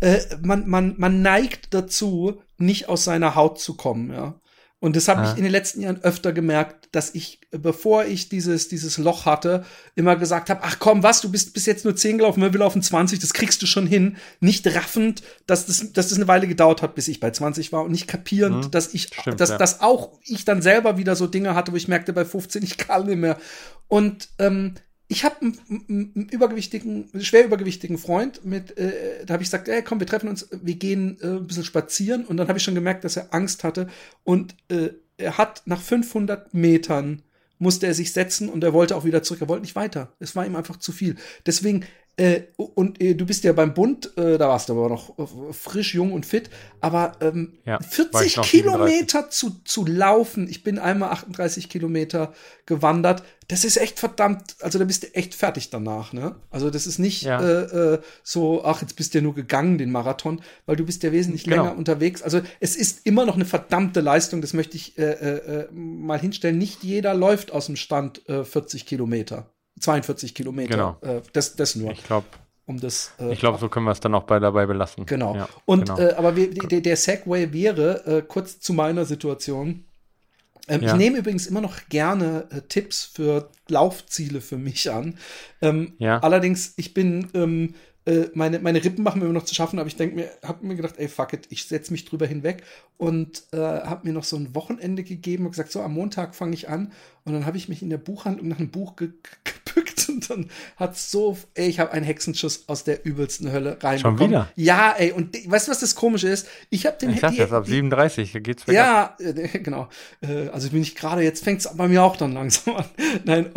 man neigt dazu, nicht aus seiner Haut zu kommen, ja. Und das habe ich in den letzten Jahren öfter gemerkt, dass ich, bevor ich dieses Loch hatte, immer gesagt habe, ach komm, du bist bis jetzt nur 10 gelaufen, wir laufen 20, das kriegst du schon hin. Nicht raffend, dass das eine Weile gedauert hat, bis ich bei 20 war und nicht kapierend, dass dass auch ich dann selber wieder so Dinge hatte, wo ich merkte, bei 15, ich kann nicht mehr. Und ich habe einen schwer übergewichtigen Freund da habe ich gesagt, ey, komm, wir treffen uns, wir gehen ein bisschen spazieren. Und dann habe ich schon gemerkt, dass er Angst hatte. Und er hat nach 500 Metern musste er sich setzen und er wollte auch wieder zurück. Er wollte nicht weiter. Es war ihm einfach zu viel. Deswegen, du bist ja beim Bund, da warst du aber noch frisch, jung und fit, aber 40 Kilometer zu laufen, ich bin einmal 38 Kilometer gewandert, das ist echt verdammt, also da bist du echt fertig danach, ne? Also das ist nicht so, ach, jetzt bist du ja nur gegangen, den Marathon, weil du bist ja wesentlich länger unterwegs. Also es ist immer noch eine verdammte Leistung, das möchte ich mal hinstellen. Nicht jeder läuft aus dem Stand 40 Kilometer. 42 Kilometer. Genau. Das nur. Ich glaube, ich glaube, so können wir es dann auch dabei belassen. Genau. Ja, und genau. Aber der Segway wäre, kurz zu meiner Situation. Ich nehme übrigens immer noch gerne Tipps für Laufziele für mich an. Allerdings, ich bin meine Rippen machen mir immer noch zu schaffen, aber ich habe mir gedacht, ey, fuck it, ich setze mich drüber hinweg und habe mir noch so ein Wochenende gegeben und gesagt, so, am Montag fange ich an. Und dann habe ich mich in der Buchhandlung nach einem Buch gebückt und dann ich habe einen Hexenschuss aus der übelsten Hölle reinbekommen. Schon wieder? Ja, ey, und weißt du, was das Komische ist? Ich sag das ab 37, da geht's weg. Ja, genau. Also bin ich gerade, jetzt fängt es bei mir auch dann langsam an. Nein,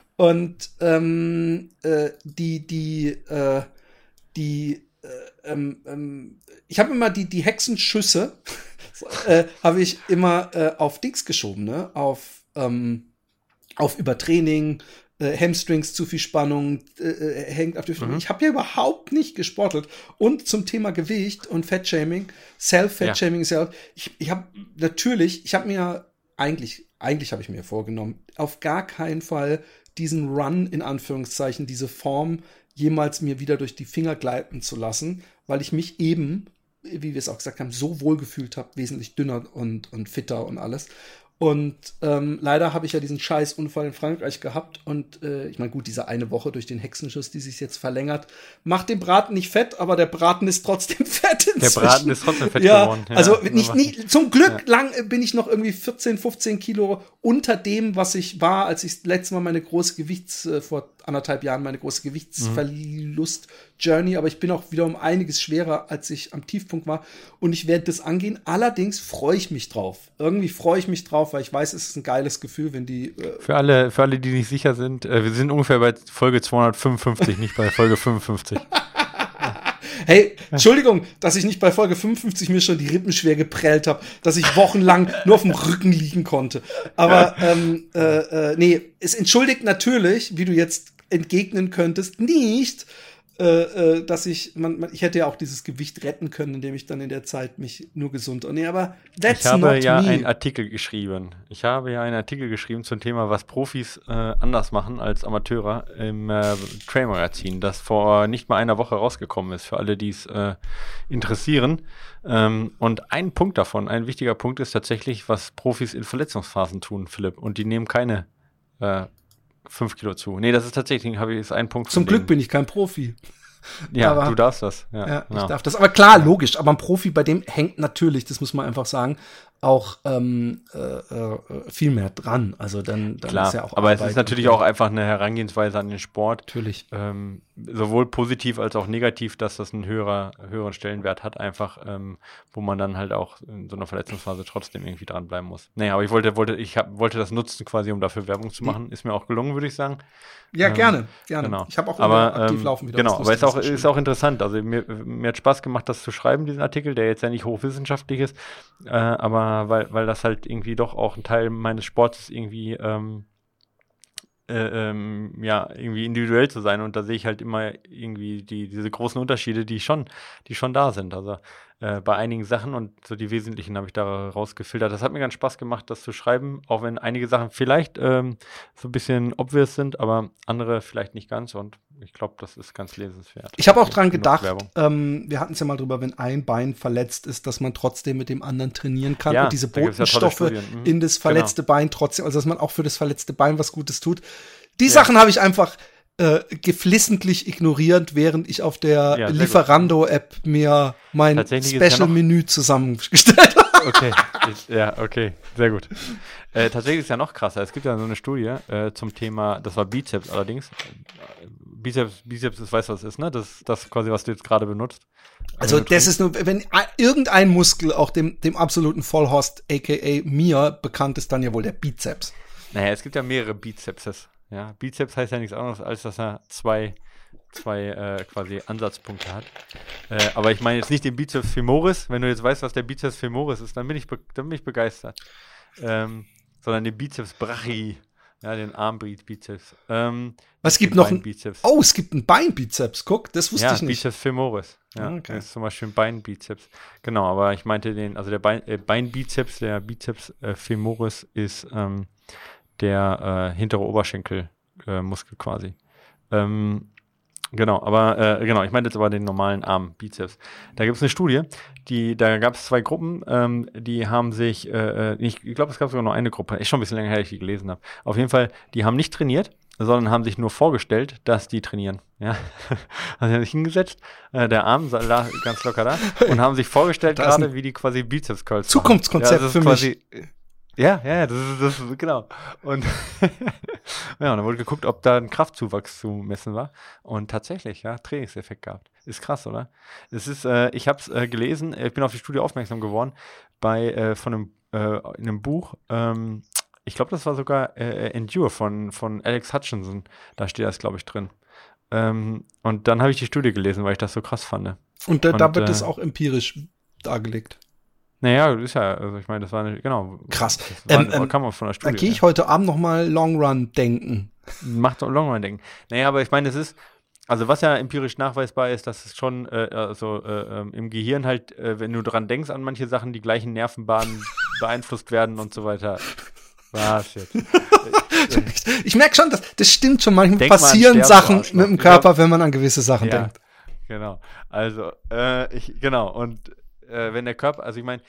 ich habe immer die Hexenschüsse habe ich immer auf Dings geschoben, ne? Auf Übertraining, Hamstrings, zu viel Spannung, hängt auf die Ich habe ja überhaupt nicht gesportelt. Und zum Thema Gewicht und Fettshaming, Self-Fettshaming ist ja, eigentlich habe ich mir vorgenommen, auf gar keinen Fall diesen Run, in Anführungszeichen, diese Form jemals mir wieder durch die Finger gleiten zu lassen, weil ich mich eben, wie wir es auch gesagt haben, so wohl gefühlt habe, wesentlich dünner und fitter und alles. Und leider habe ich ja diesen scheiß Unfall in Frankreich gehabt und ich meine, gut, diese eine Woche durch den Hexenschuss, die sich jetzt verlängert, macht den Braten nicht fett, aber der Braten ist trotzdem fett inzwischen. Der Braten ist trotzdem fett geworden. Ja, also zum Glück bin ich noch irgendwie 14, 15 Kilo unter dem, was ich war, als ich das letzte Mal vor 1,5 Jahren meine große Gewichtsverlust-Journey, aber ich bin auch wieder um einiges schwerer, als ich am Tiefpunkt war und ich werde das angehen. Allerdings freue ich mich drauf. Irgendwie freue ich mich drauf, weil ich weiß, es ist ein geiles Gefühl, wenn die Für alle, die nicht sicher sind, wir sind ungefähr bei Folge 255, nicht bei Folge 55. Hey, Entschuldigung, dass ich nicht bei Folge 55 mir schon die Rippen schwer geprellt habe, dass ich wochenlang nur auf dem Rücken liegen konnte. Aber es entschuldigt natürlich, wie du jetzt entgegnen könntest, nicht, dass ich hätte ja auch dieses Gewicht retten können, indem ich dann in der Zeit mich nur gesund. Aber ich habe ja einen Artikel geschrieben. Zum Thema, was Profis anders machen als Amateure im Trail-Magazin, das vor nicht mal einer Woche rausgekommen ist, für alle, die es interessieren. Und ein wichtiger Punkt ist tatsächlich, was Profis in Verletzungsphasen tun, Philipp. Und die nehmen keine 5 Kilo zu. Nee, das ist tatsächlich, ist ein Punkt. Zum Glück bin ich kein Profi. Ja, aber du darfst das. Ja, ich darf das. Aber klar, logisch. Aber ein Profi, bei dem hängt natürlich, das muss man einfach sagen, auch viel mehr dran. Also dann klar, ist ja auch aber Arbeit, es ist natürlich auch einfach eine Herangehensweise an den Sport. Natürlich. Sowohl positiv als auch negativ, dass das einen höheren Stellenwert hat, einfach, wo man dann halt auch in so einer Verletzungsphase trotzdem irgendwie dranbleiben muss. Naja, aber ich wollte das nutzen quasi, um dafür Werbung zu machen. Ist mir auch gelungen, würde ich sagen. Ja, gerne. Genau. Ich habe auch aktiv laufen wieder. Genau, aber ist auch interessant. Also mir hat Spaß gemacht, das zu schreiben, diesen Artikel, der jetzt ja nicht hochwissenschaftlich ist, aber weil das halt irgendwie doch auch ein Teil meines Sports ist, irgendwie irgendwie individuell zu sein, und da sehe ich halt immer irgendwie diese großen Unterschiede, die schon da sind. Also bei einigen Sachen, und so die wesentlichen habe ich da rausgefiltert. Das hat mir ganz Spaß gemacht, das zu schreiben, auch wenn einige Sachen vielleicht so ein bisschen obvious sind, aber andere vielleicht nicht ganz, und ich glaube, das ist ganz lesenswert. Ich habe auch dran gedacht, wir hatten es ja mal drüber, wenn ein Bein verletzt ist, dass man trotzdem mit dem anderen trainieren kann, und diese Botenstoffe in das verletzte Bein trotzdem, also dass man auch für das verletzte Bein was Gutes tut. Die Sachen habe ich einfach geflissentlich ignorierend, während ich auf der Lieferando-App mir mein Special-Menü zusammengestellt habe. Okay, okay, sehr gut. Tatsächlich ist ja noch krasser. Es gibt ja so eine Studie zum Thema, das war Bizeps allerdings. Bizeps ist, weißt du, was es ist, ne? Das quasi, was du jetzt gerade benutzt. Also das ist nur, wenn irgendein Muskel auch dem absoluten Vollhorst, aka mir, bekannt ist, dann ja wohl der Bizeps. Naja, es gibt ja mehrere Bizepses. Ja? Bizeps heißt ja nichts anderes, als dass er zwei quasi Ansatzpunkte hat. Aber ich meine jetzt nicht den Bizeps femoris. Wenn du jetzt weißt, was der Bizeps femoris ist, dann bin ich begeistert. Sondern den Bizeps brachii. Ja, den Armbizeps. Was gibt noch Bizeps? Oh, es gibt einen Beinbizeps. Guck, das wusste ich nicht. Bizeps femoris. Ja, okay. Das ist zum Beispiel ein Beinbizeps. Genau, aber ich meinte der Beinbizeps, der Bizeps femoris ist der hintere Oberschenkelmuskel quasi. Genau, aber ich meinte jetzt aber den normalen Armbizeps. Da gibt es eine Studie, da gab es 2 Gruppen, die haben sich, ich glaube, es gab sogar nur eine Gruppe, ist schon ein bisschen länger her, dass ich die gelesen habe. Auf jeden Fall, die haben nicht trainiert, sondern haben sich nur vorgestellt, dass die trainieren. Ja? Also die haben sich hingesetzt, der Arm lag ganz locker da und haben sich vorgestellt gerade, wie die quasi Bizeps-Curls Zukunftskonzept für mich. Ja, das ist genau. Und ja, und dann wurde geguckt, ob da ein Kraftzuwachs zu messen war. Und tatsächlich, ja, Trainingseffekt gehabt. Ist krass, oder? Es ist, ich habe es gelesen, ich bin auf die Studie aufmerksam geworden, in einem Buch, ich glaube, das war sogar Endure von Alex Hutchinson. Da steht das, glaube ich, drin. Und dann habe ich die Studie gelesen, weil ich das so krass fand. Und da wird es auch empirisch dargelegt. Naja, ist ja, also ich meine, das war genau. Krass. Kann man von der Studie. Da gehe ich heute Abend noch mal Long Run denken. Macht Long Run denken. Naja, aber ich meine, also was ja empirisch nachweisbar ist, dass es schon im Gehirn halt, wenn du dran denkst an manche Sachen, die gleichen Nervenbahnen beeinflusst werden und so weiter. Was jetzt? Ich merke schon, das stimmt schon. Manchmal passieren Sachen mit dem Körper, wenn man an gewisse Sachen denkt. Genau. Also, und wenn der Körper, also ich meine,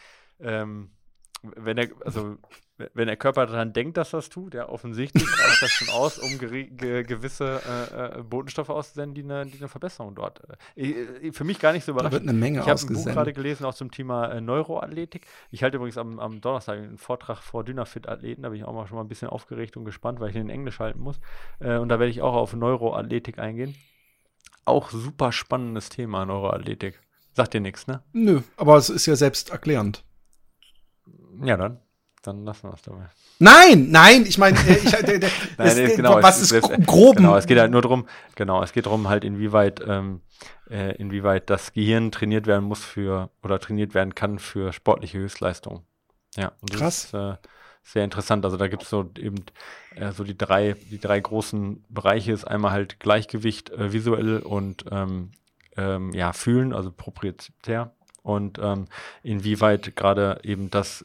wenn der Körper daran denkt, dass das tut, ja, offensichtlich reicht das schon aus, um gewisse Botenstoffe auszusenden, die eine Verbesserung dort. Für mich gar nicht so überraschend. Da wird eine Menge ausgesendet. Ich habe ein Buch gerade gelesen, auch zum Thema Neuroathletik. Ich halte übrigens am Donnerstag einen Vortrag vor Dynafit-Athleten, da bin ich auch mal schon mal ein bisschen aufgeregt und gespannt, weil ich den in Englisch halten muss. Und da werde ich auch auf Neuroathletik eingehen. Auch super spannendes Thema, Neuroathletik. Sagt dir nichts, ne? Nö, aber es ist ja selbst erklärend. Ja, dann lassen wir es dabei. Nein, ich meine, groben. Genau, es geht halt nur darum, halt inwieweit das Gehirn trainiert werden muss trainiert werden kann für sportliche Höchstleistungen. Ja, und das krass. Ist sehr interessant. Also da gibt es so eben so die drei großen Bereiche, ist einmal halt Gleichgewicht visuell und fühlen, also proprietär, und inwieweit gerade eben das,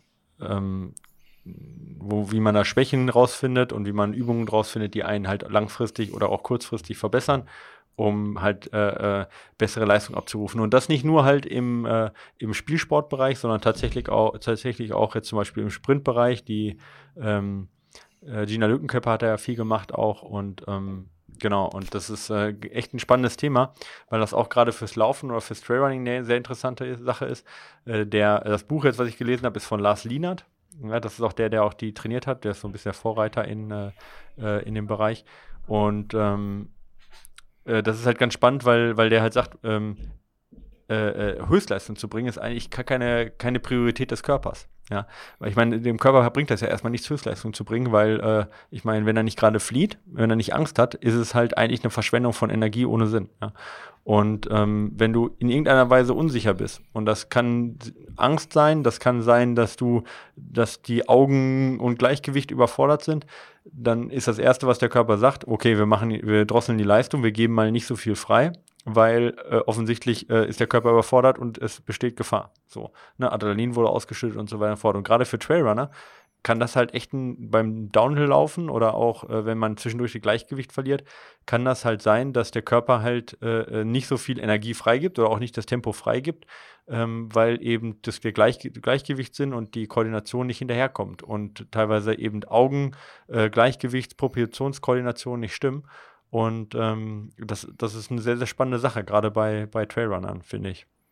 wie man da Schwächen rausfindet und wie man Übungen rausfindet, die einen halt langfristig oder auch kurzfristig verbessern, um halt bessere Leistung abzurufen. Und das nicht nur halt im Spielsportbereich, sondern tatsächlich auch jetzt zum Beispiel im Sprintbereich. Die Gina Lückenköppe hat da ja viel gemacht auch und genau, und das ist echt ein spannendes Thema, weil das auch gerade fürs Laufen oder fürs Trailrunning eine sehr interessante Sache ist. Das Buch jetzt, was ich gelesen habe, ist von Lars Lienert. Ja, das ist auch der auch die trainiert hat. Der ist so ein bisschen der Vorreiter in dem Bereich. Und das ist halt ganz spannend, weil der halt sagt, Höchstleistung zu bringen, ist eigentlich keine Priorität des Körpers. Ja, weil ich meine, dem Körper bringt das ja erstmal nichts, Höchstleistung zu bringen, weil ich meine, wenn er nicht gerade flieht, wenn er nicht Angst hat, ist es halt eigentlich eine Verschwendung von Energie ohne Sinn. Ja? Und wenn du in irgendeiner Weise unsicher bist, und das kann Angst sein, das kann sein, dass die Augen und Gleichgewicht überfordert sind, dann ist das Erste, was der Körper sagt, okay, wir drosseln die Leistung, wir geben mal nicht so viel frei, weil offensichtlich ist der Körper überfordert und es besteht Gefahr. So, ne, Adrenalin wurde ausgeschüttet und so weiter und fort. Und gerade für Trailrunner kann das halt echt beim Downhill laufen oder auch wenn man zwischendurch das Gleichgewicht verliert, kann das halt sein, dass der Körper halt nicht so viel Energie freigibt oder auch nicht das Tempo freigibt, weil eben das Gleichgewichtssinn und die Koordination nicht hinterherkommt und teilweise eben Gleichgewichts-, Propriozionskoordination nicht stimmen. Und das ist eine sehr, sehr spannende Sache, gerade bei Trailrunnern, finde ich.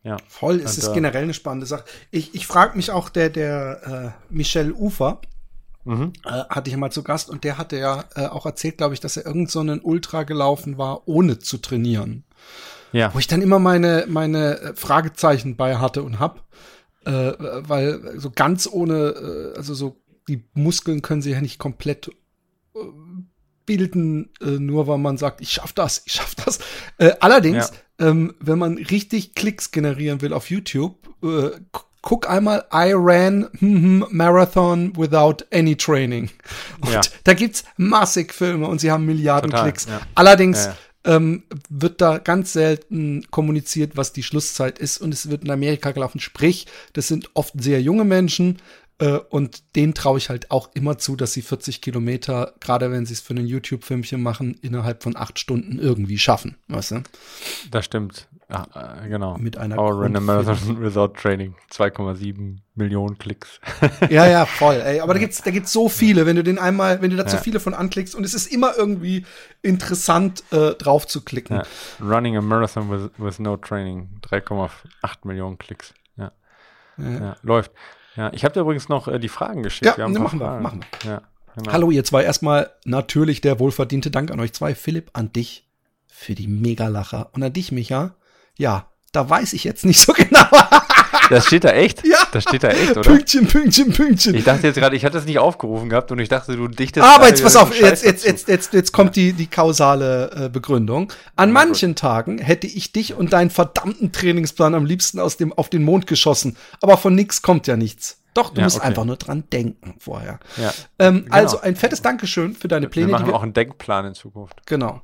Ja. Voll, es ist generell eine spannende Sache. Ich frage mich auch, der Michel Ufer, hatte ich mal zu Gast, und der hatte ja auch erzählt, glaube ich, dass er irgend so einen Ultra gelaufen war, ohne zu trainieren. Ja. Wo ich dann immer meine Fragezeichen bei hatte und hab, weil so ganz ohne, also so die Muskeln können sie ja nicht komplett bilden, nur weil man sagt, ich schaff das. Allerdings, wenn man richtig Klicks generieren will auf YouTube, guck einmal I ran Marathon without any training. Und da gibt's massig Filme und sie haben Milliarden Klicks. Ja. Allerdings wird da ganz selten kommuniziert, was die Schlusszeit ist, und es wird in Amerika gelaufen. Sprich, das sind oft sehr junge Menschen, und denen traue ich halt auch immer zu, dass sie 40 Kilometer, gerade wenn sie es für ein YouTube-Filmchen machen, innerhalb von 8 Stunden irgendwie schaffen. Weißt du? Das stimmt. Ja, genau. Mit einer Marathon without Training. 2,7 Millionen Klicks. Ja, voll. Ey. Aber da gibt's so viele, wenn du da zu viele von anklickst, und es ist immer irgendwie interessant, drauf zu klicken. Ja. Running a Marathon with no training. 3,8 Millionen Klicks. Ja, läuft. Ja, ich habe dir übrigens noch die Fragen geschickt. Ja, wir haben machen Fragen. wir. Ja, genau. Hallo ihr zwei, erstmal natürlich der wohlverdiente Dank an euch zwei. Philipp, an dich für die Megalacher. Und an dich, Micha. Ja, da weiß ich jetzt nicht so genau. Das steht da echt? Ja. Das steht da echt, oder? Pünktchen. Ich dachte jetzt gerade, ich hatte es nicht aufgerufen gehabt und ich dachte, du dichtest. Aber jetzt pass auf, jetzt kommt die kausale Begründung. An manchen Tagen hätte ich dich und deinen verdammten Trainingsplan am liebsten auf den Mond geschossen. Aber von nix kommt ja nichts. Doch, du musst einfach nur dran denken vorher. Ja, genau. Also ein fettes Dankeschön für deine Pläne. Wir machen auch einen Denkplan in Zukunft. Genau.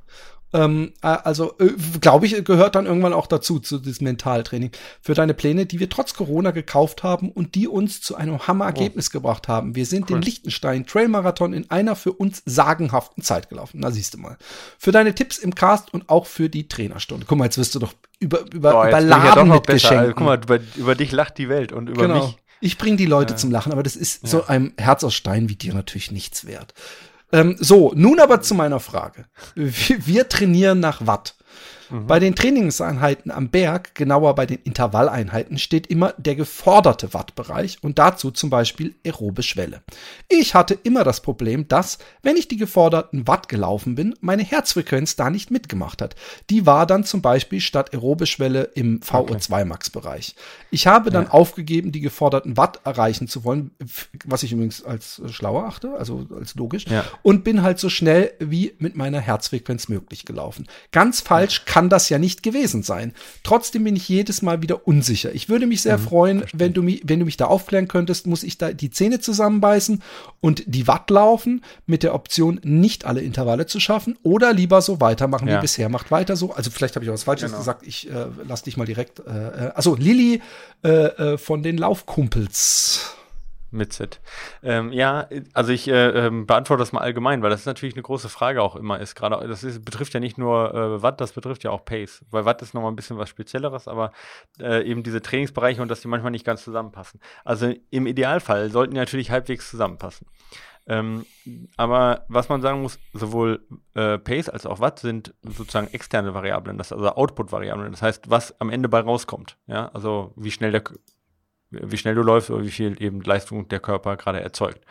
Glaube ich, gehört dann irgendwann auch dazu, zu diesem Mentaltraining. Für deine Pläne, die wir trotz Corona gekauft haben und die uns zu einem Hammerergebnis gebracht haben. Wir sind den Liechtenstein Trailmarathon in einer für uns sagenhaften Zeit gelaufen. Na, siehst du mal. Für deine Tipps im Cast und auch für die Trainerstunde. Guck mal, jetzt wirst du doch überladen mit Geschenken. Also, guck mal, über dich lacht die Welt und über mich. Ich bringe die Leute zum Lachen, aber das ist so einem Herz aus Stein wie dir natürlich nichts wert. So, nun aber zu meiner Frage. Wir trainieren nach Watt. Bei den Trainingseinheiten am Berg, genauer bei den Intervalleinheiten, steht immer der geforderte Wattbereich und dazu zum Beispiel aerobe Schwelle. Ich hatte immer das Problem, dass, wenn ich die geforderten Watt gelaufen bin, meine Herzfrequenz da nicht mitgemacht hat. Die war dann zum Beispiel statt aerobe Schwelle im VO2-Max-Bereich. Ich habe dann aufgegeben, die geforderten Watt erreichen zu wollen, was ich übrigens als schlauer achte, also als logisch, und bin halt so schnell wie mit meiner Herzfrequenz möglich gelaufen. Ganz falsch kann das ja nicht gewesen sein. Trotzdem bin ich jedes Mal wieder unsicher. Ich würde mich sehr freuen, wenn du mich da aufklären könntest. Muss ich da die Zähne zusammenbeißen und die Watt laufen, mit der Option, nicht alle Intervalle zu schaffen, oder lieber so weitermachen wie bisher? Macht weiter so. Also vielleicht habe ich auch was Falsches gesagt. Ich lass dich mal direkt. Lilly von den Laufkumpels. Mit Sit. Also ich beantworte das mal allgemein, weil das natürlich eine große Frage auch immer ist. Gerade betrifft ja nicht nur Watt, das betrifft ja auch Pace. Weil Watt ist nochmal ein bisschen was Spezielleres, aber eben diese Trainingsbereiche und dass die manchmal nicht ganz zusammenpassen. Also im Idealfall sollten die natürlich halbwegs zusammenpassen. Aber was man sagen muss, sowohl Pace als auch Watt sind sozusagen externe Variablen, also Output-Variablen. Das heißt, was am Ende bei rauskommt. Ja? Also wie schnell du läufst oder wie viel eben Leistung der Körper gerade erzeugt.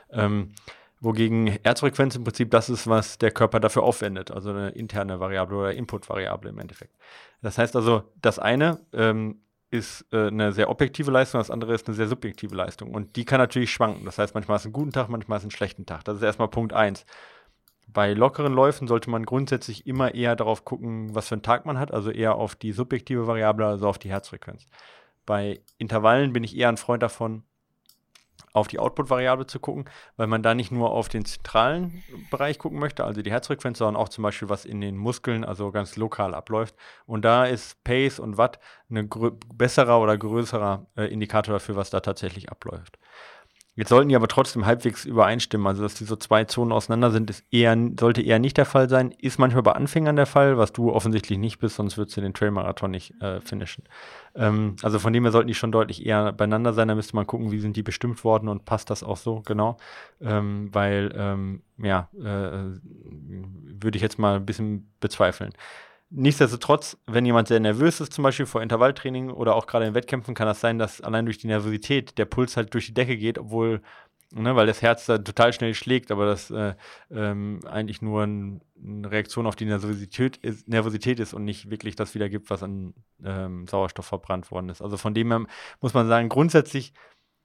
Wogegen Herzfrequenz im Prinzip das ist, was der Körper dafür aufwendet, also eine interne Variable oder Input-Variable im Endeffekt. Das heißt also, das eine ist eine sehr objektive Leistung, das andere ist eine sehr subjektive Leistung. Und die kann natürlich schwanken. Das heißt, manchmal ist es ein guten Tag, manchmal ist es ein schlechten Tag. Das ist erstmal Punkt 1. Bei lockeren Läufen sollte man grundsätzlich immer eher darauf gucken, was für einen Tag man hat, also eher auf die subjektive Variable, also auf die Herzfrequenz. Bei Intervallen bin ich eher ein Freund davon, auf die Output-Variable zu gucken, weil man da nicht nur auf den zentralen Bereich gucken möchte, also die Herzfrequenz, sondern auch zum Beispiel, was in den Muskeln, also ganz lokal abläuft. Und da ist Pace und Watt ein besserer oder größerer Indikator dafür, was da tatsächlich abläuft. Jetzt sollten die aber trotzdem halbwegs übereinstimmen, also dass die so zwei Zonen auseinander sind, sollte eher nicht der Fall sein, ist manchmal bei Anfängern der Fall, was du offensichtlich nicht bist, sonst würdest du den Trailmarathon nicht finishen. Also von dem her sollten die schon deutlich eher beieinander sein, da müsste man gucken, wie sind die bestimmt worden und passt das auch so, genau, würde ich jetzt mal ein bisschen bezweifeln. nichtsdestotrotz, wenn jemand sehr nervös ist, zum Beispiel vor Intervalltraining oder auch gerade in Wettkämpfen, kann das sein, dass allein durch die Nervosität der Puls halt durch die Decke geht, obwohl, weil das Herz da total schnell schlägt, aber das eigentlich nur eine Reaktion auf die Nervosität ist und nicht wirklich das wiedergibt, was an Sauerstoff verbrannt worden ist. Also von dem her muss man sagen, grundsätzlich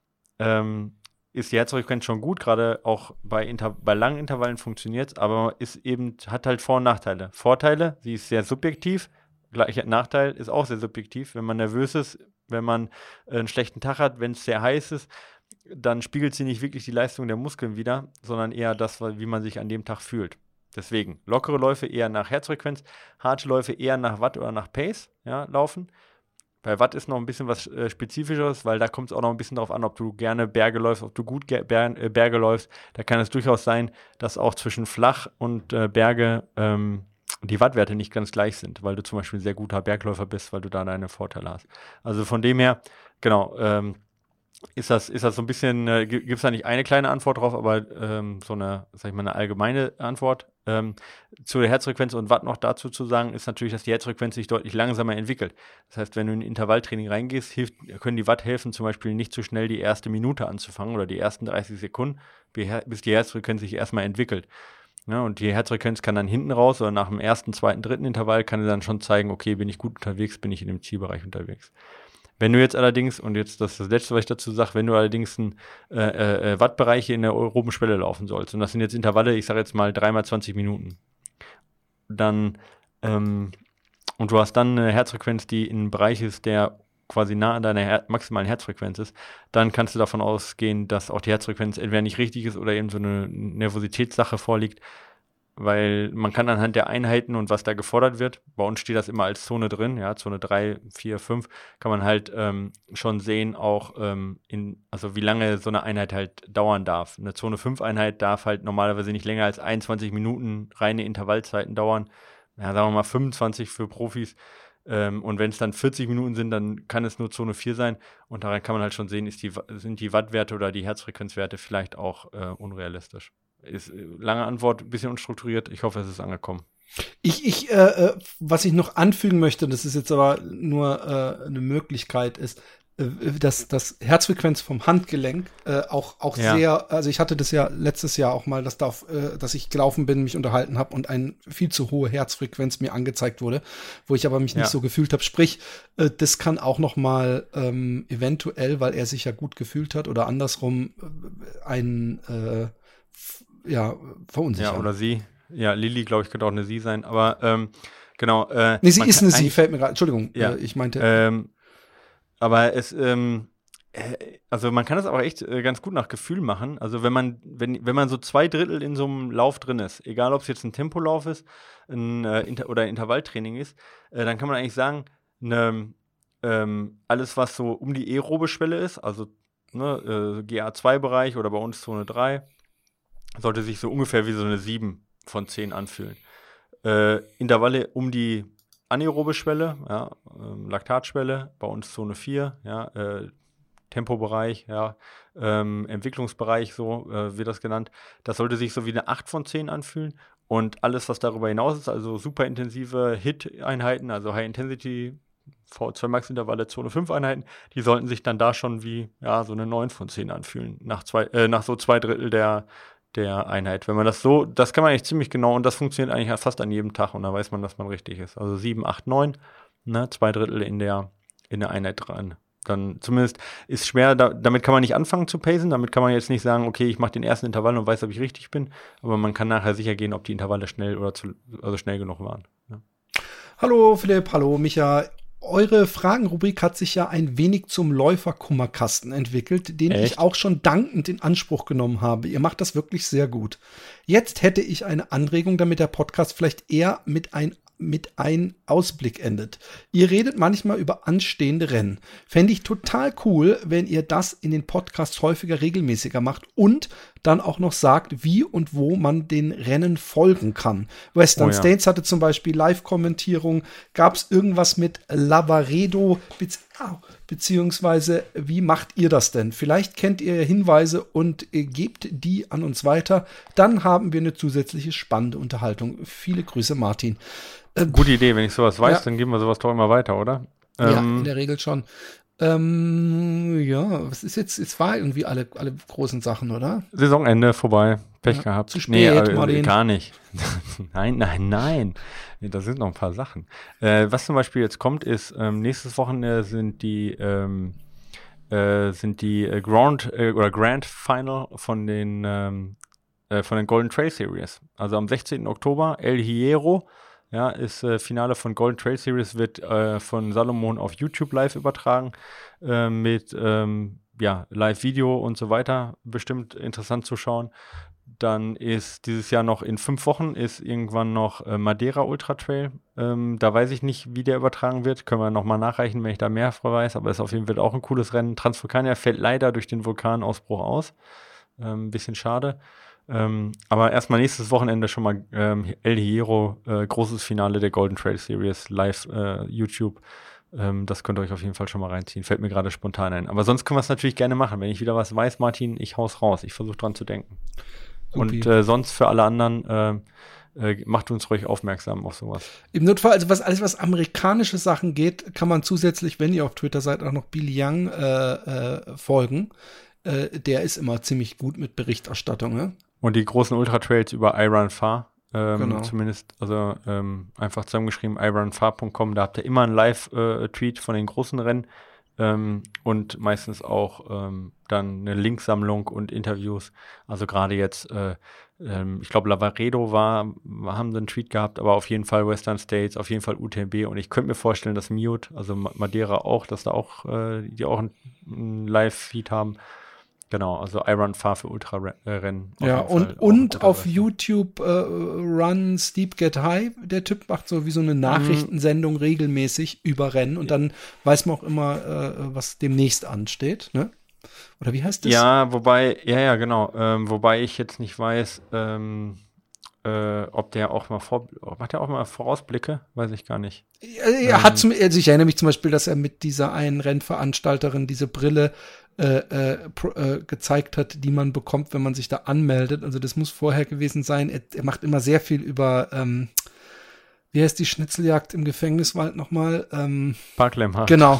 ist die Herzfrequenz schon gut, gerade auch bei langen Intervallen funktioniert es, aber hat halt Vor- und Nachteile. Vorteile, sie ist sehr subjektiv, gleicher Nachteil ist auch sehr subjektiv. Wenn man nervös ist, wenn man einen schlechten Tag hat, wenn es sehr heiß ist, dann spiegelt sie nicht wirklich die Leistung der Muskeln wider, sondern eher das, wie man sich an dem Tag fühlt. Deswegen, lockere Läufe eher nach Herzfrequenz, harte Läufe eher nach Watt oder nach Pace laufen. Bei Watt ist noch ein bisschen was Spezifischeres, weil da kommt es auch noch ein bisschen darauf an, ob du gerne Berge läufst, ob du gut Berge läufst. Da kann es durchaus sein, dass auch zwischen Flach und Berge die Wattwerte nicht ganz gleich sind, weil du zum Beispiel ein sehr guter Bergläufer bist, weil du da deine Vorteile hast. Also von dem her, genau, ist das so ein bisschen, gibt es da nicht eine kleine Antwort drauf, aber so eine, sag ich mal, eine allgemeine Antwort. Zu der Herzfrequenz und Watt noch dazu zu sagen, ist natürlich, dass die Herzfrequenz sich deutlich langsamer entwickelt. Das heißt, wenn du in Intervalltraining reingehst, können die Watt helfen, zum Beispiel nicht so schnell die erste Minute anzufangen oder die ersten 30 Sekunden, bis die Herzfrequenz sich erstmal entwickelt. Ja, und die Herzfrequenz kann dann hinten raus oder nach dem ersten, zweiten, dritten Intervall kann dann schon zeigen, okay, bin ich gut unterwegs, bin ich in dem Zielbereich unterwegs. Wenn du jetzt allerdings, und jetzt das ist das Letzte, was ich dazu sage, wenn du allerdings Wattbereiche in der aeroben Schwelle laufen sollst, und das sind jetzt Intervalle, ich sage jetzt mal 3x20 Minuten, dann und du hast dann eine Herzfrequenz, die in einem Bereich ist, der quasi nah an deiner maximalen Herzfrequenz ist, dann kannst du davon ausgehen, dass auch die Herzfrequenz entweder nicht richtig ist oder eben so eine Nervositätssache vorliegt, weil man kann anhand der Einheiten und was da gefordert wird, bei uns steht das immer als Zone drin, ja, Zone 3, 4, 5, kann man halt schon sehen, auch also wie lange so eine Einheit halt dauern darf. Eine Zone 5 Einheit darf halt normalerweise nicht länger als 21 Minuten reine Intervallzeiten dauern, ja, sagen wir mal 25 für Profis, und wenn es dann 40 Minuten sind, dann kann es nur Zone 4 sein und daran kann man halt schon sehen, sind die Wattwerte oder die Herzfrequenzwerte vielleicht auch unrealistisch. Ist lange Antwort, ein bisschen unstrukturiert. Ich hoffe, es ist angekommen. Was ich noch anfügen möchte, das ist jetzt aber nur eine Möglichkeit, ist, dass das Herzfrequenz vom Handgelenk auch sehr, also ich hatte das ja letztes Jahr auch mal, dass ich gelaufen bin, mich unterhalten habe und eine viel zu hohe Herzfrequenz mir angezeigt wurde, wo ich aber mich nicht so gefühlt habe. Sprich, das kann auch noch mal eventuell, weil er sich ja gut gefühlt hat oder andersrum verunsichern. Ja, oder sie. Ja, Lilly, glaube ich, könnte auch eine sie sein, aber genau. Nee, sie ist eine sie, fällt mir gerade, Entschuldigung, ich meinte. Aber also man kann das aber echt ganz gut nach Gefühl machen. Also wenn man so 2/3 in so einem Lauf drin ist, egal ob es jetzt ein Tempolauf ist oder Intervalltraining ist, dann kann man eigentlich sagen, alles, was so um die aerobe Schwelle ist, also GA2-Bereich oder bei uns Zone 3, sollte sich so ungefähr wie so eine 7 von 10 anfühlen. Intervalle um die anaerobe Schwelle, ja, Laktatschwelle, bei uns Zone 4, ja, Tempobereich, ja, Entwicklungsbereich, so wird das genannt. Das sollte sich so wie eine 8 von 10 anfühlen. Und alles, was darüber hinaus ist, also super intensive HIIT-Einheiten, also High-Intensity, V2 Max-Intervalle, Zone 5 Einheiten, die sollten sich dann da schon wie so eine 9 von 10 anfühlen, nach so 2/3 der Einheit. Wenn man das kann man eigentlich ziemlich genau und das funktioniert eigentlich fast an jedem Tag und da weiß man, dass man richtig ist. Also 7, 8, 9, 2/3 in der Einheit dran. Dann zumindest ist schwer, damit kann man nicht anfangen zu pacen, damit kann man jetzt nicht sagen, okay, ich mache den ersten Intervall und weiß, ob ich richtig bin, aber man kann nachher sicher gehen, ob die Intervalle schnell schnell genug waren. Ja. Hallo Philipp, hallo Micha. Eure Fragenrubrik hat sich ja ein wenig zum Läuferkummerkasten entwickelt, den ich auch schon dankend in Anspruch genommen habe. Ihr macht das wirklich sehr gut. Jetzt hätte ich eine Anregung, damit der Podcast vielleicht eher mit ein Ausblick endet. Ihr redet manchmal über anstehende Rennen. Fände ich total cool, wenn ihr das in den Podcasts häufiger regelmäßiger macht und dann auch noch sagt, wie und wo man den Rennen folgen kann. Western States hatte zum Beispiel Live-Kommentierung. Gab es irgendwas mit Lavaredo? Beziehungsweise, wie macht ihr das denn? Vielleicht kennt ihr Hinweise und gebt die an uns weiter. Dann haben wir eine zusätzliche spannende Unterhaltung. Viele Grüße, Martin. Gute Idee, wenn ich sowas weiß, dann geben wir sowas doch immer weiter, oder? Ja, in der Regel schon. Was ist jetzt? Es war irgendwie alle großen Sachen, oder? Saisonende vorbei. Pech gehabt. Zu spät, Martin. Gar nicht. Nein. Nee, da sind noch ein paar Sachen. Was zum Beispiel jetzt kommt, ist, nächstes Wochenende sind die Grand Final von den Golden Trail Series. Also am 16. Oktober, El Hierro, ja, ist Finale von Golden Trail Series, wird von Salomon auf YouTube live übertragen, mit Live-Video und so weiter. Bestimmt interessant zu schauen. Dann ist dieses Jahr noch in 5 Wochen ist irgendwann noch Madeira Ultra Trail. Da weiß ich nicht, wie der übertragen wird. Können wir nochmal nachreichen, wenn ich da mehr weiß. Aber ist auf jeden Fall auch ein cooles Rennen. Transvulkania fällt leider durch den Vulkanausbruch aus. Ein bisschen schade. Aber erstmal nächstes Wochenende schon mal El Hierro, großes Finale der Golden Trail Series, live YouTube. Das könnt ihr euch auf jeden Fall schon mal reinziehen. Fällt mir gerade spontan ein. Aber sonst können wir es natürlich gerne machen. Wenn ich wieder was weiß, Martin, ich hau's raus. Ich versuche dran zu denken. Und sonst für alle anderen macht uns ruhig aufmerksam auf sowas. Im Notfall, also was amerikanische Sachen geht, kann man zusätzlich, wenn ihr auf Twitter seid, auch noch Billy Young folgen. Der ist immer ziemlich gut mit Berichterstattung, ne? Und die großen Ultra-Trails über iRunFar, Genau. zumindest, also einfach zusammengeschrieben, iRunFar.com, da habt ihr immer einen Live-Tweet von den großen Rennen und meistens auch dann eine Linksammlung und Interviews. Also gerade jetzt, ich glaube Lavaredo haben sie einen Tweet gehabt, aber auf jeden Fall Western States, auf jeden Fall UTMB und ich könnte mir vorstellen, dass Mute, also Madeira auch, dass da auch die auch einen Live-Feed haben. Genau, also iRunFar für Ultrarennen. Ja, und auf YouTube Run Steep Get High. Der Typ macht so wie so eine Nachrichtensendung regelmäßig über Rennen und dann weiß man auch immer, was demnächst ansteht, ne? Oder wie heißt das? Ja, genau. Wobei ich jetzt nicht weiß, ob der auch mal macht er auch mal Vorausblicke? Weiß ich gar nicht. Er hat also ich erinnere mich zum Beispiel, dass er mit dieser einen Rennveranstalterin diese Brille gezeigt hat, die man bekommt, wenn man sich da anmeldet. Also das muss vorher gewesen sein. Er macht immer sehr viel über wie heißt die Schnitzeljagd im Gefängniswald nochmal? Barclay-Marathon. Genau.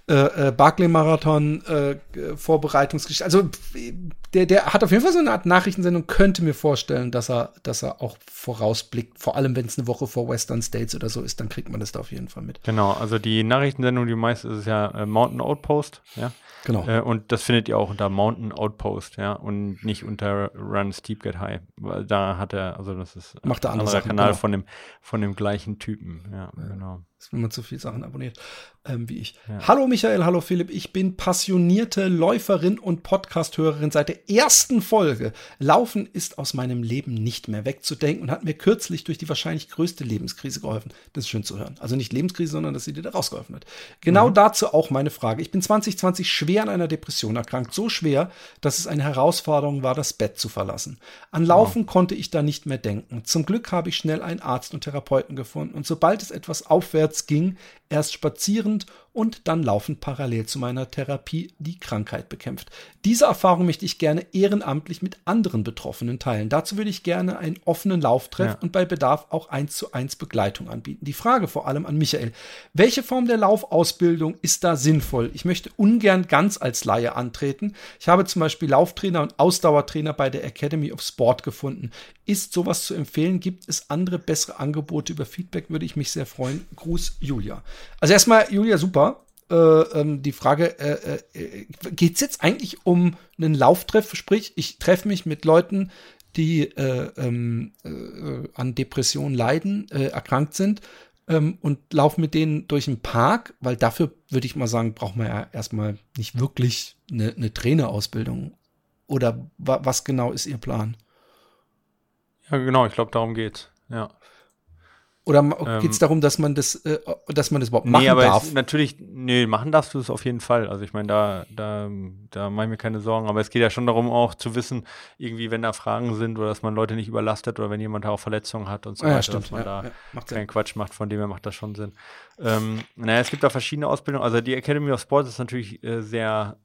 Barclay-Marathon, Vorbereitungsgeschichte. Also der hat auf jeden Fall so eine Art Nachrichtensendung, könnte mir vorstellen, dass er auch vorausblickt, vor allem wenn es eine Woche vor Western States oder so ist, dann kriegt man das da auf jeden Fall mit. Genau, also die Nachrichtensendung, die meiste ist ja Mountain Outpost, ja. Genau. Und das findet ihr auch unter Mountain Outpost, ja, und nicht unter Run Steep Get High, weil da hat er, also das ist macht ein anderer Kanal genau. von dem gleichen Typen, ja, genau. Wenn man zu viel Sachen abonniert, wie ich. Ja. Hallo Michael, hallo Philipp, ich bin passionierte Läuferin und Podcast-Hörerin seit der ersten Folge. Laufen ist aus meinem Leben nicht mehr wegzudenken und hat mir kürzlich durch die wahrscheinlich größte Lebenskrise geholfen. Das ist schön zu hören. Also nicht Lebenskrise, sondern dass sie dir da rausgeholfen hat. Genau dazu auch meine Frage. Ich bin 2020 schwer an einer Depression erkrankt. So schwer, dass es eine Herausforderung war, das Bett zu verlassen. An Laufen konnte ich da nicht mehr denken. Zum Glück habe ich schnell einen Arzt und Therapeuten gefunden und sobald es etwas aufwärts ging, erst spazierend und dann laufend parallel zu meiner Therapie die Krankheit bekämpft. Diese Erfahrung möchte ich gerne ehrenamtlich mit anderen Betroffenen teilen. Dazu würde ich gerne einen offenen Lauftreff und bei Bedarf auch 1:1 Begleitung anbieten. Die Frage vor allem an Michael: Welche Form der Laufausbildung ist da sinnvoll? Ich möchte ungern ganz als Laie antreten. Ich habe zum Beispiel Lauftrainer und Ausdauertrainer bei der Academy of Sport gefunden. Ist sowas zu empfehlen? Gibt es andere bessere Angebote? Über Feedback würde ich mich sehr freuen. Gruß, Julia. Also erstmal, Julia, super. Die Frage, geht es jetzt eigentlich um einen Lauftreff? Sprich, ich treffe mich mit Leuten, die an Depressionen leiden, erkrankt sind und laufe mit denen durch den Park, weil dafür, würde ich mal sagen, braucht man ja erstmal nicht wirklich eine Trainerausbildung. Oder was genau ist Ihr Plan? Ja, genau, ich glaube, darum geht's. Ja. Oder geht es darum, dass man das überhaupt machen darf? Machen darfst du es auf jeden Fall. Also ich meine, da mache ich mir keine Sorgen. Aber es geht ja schon darum, auch zu wissen, irgendwie, wenn da Fragen sind oder dass man Leute nicht überlastet oder wenn jemand auch Verletzungen hat und so weiter, stimmt, dass man da keinen Sinn. Quatsch macht. Von dem her macht das schon Sinn. Es gibt da verschiedene Ausbildungen. Also die Academy of Sports ist natürlich sehr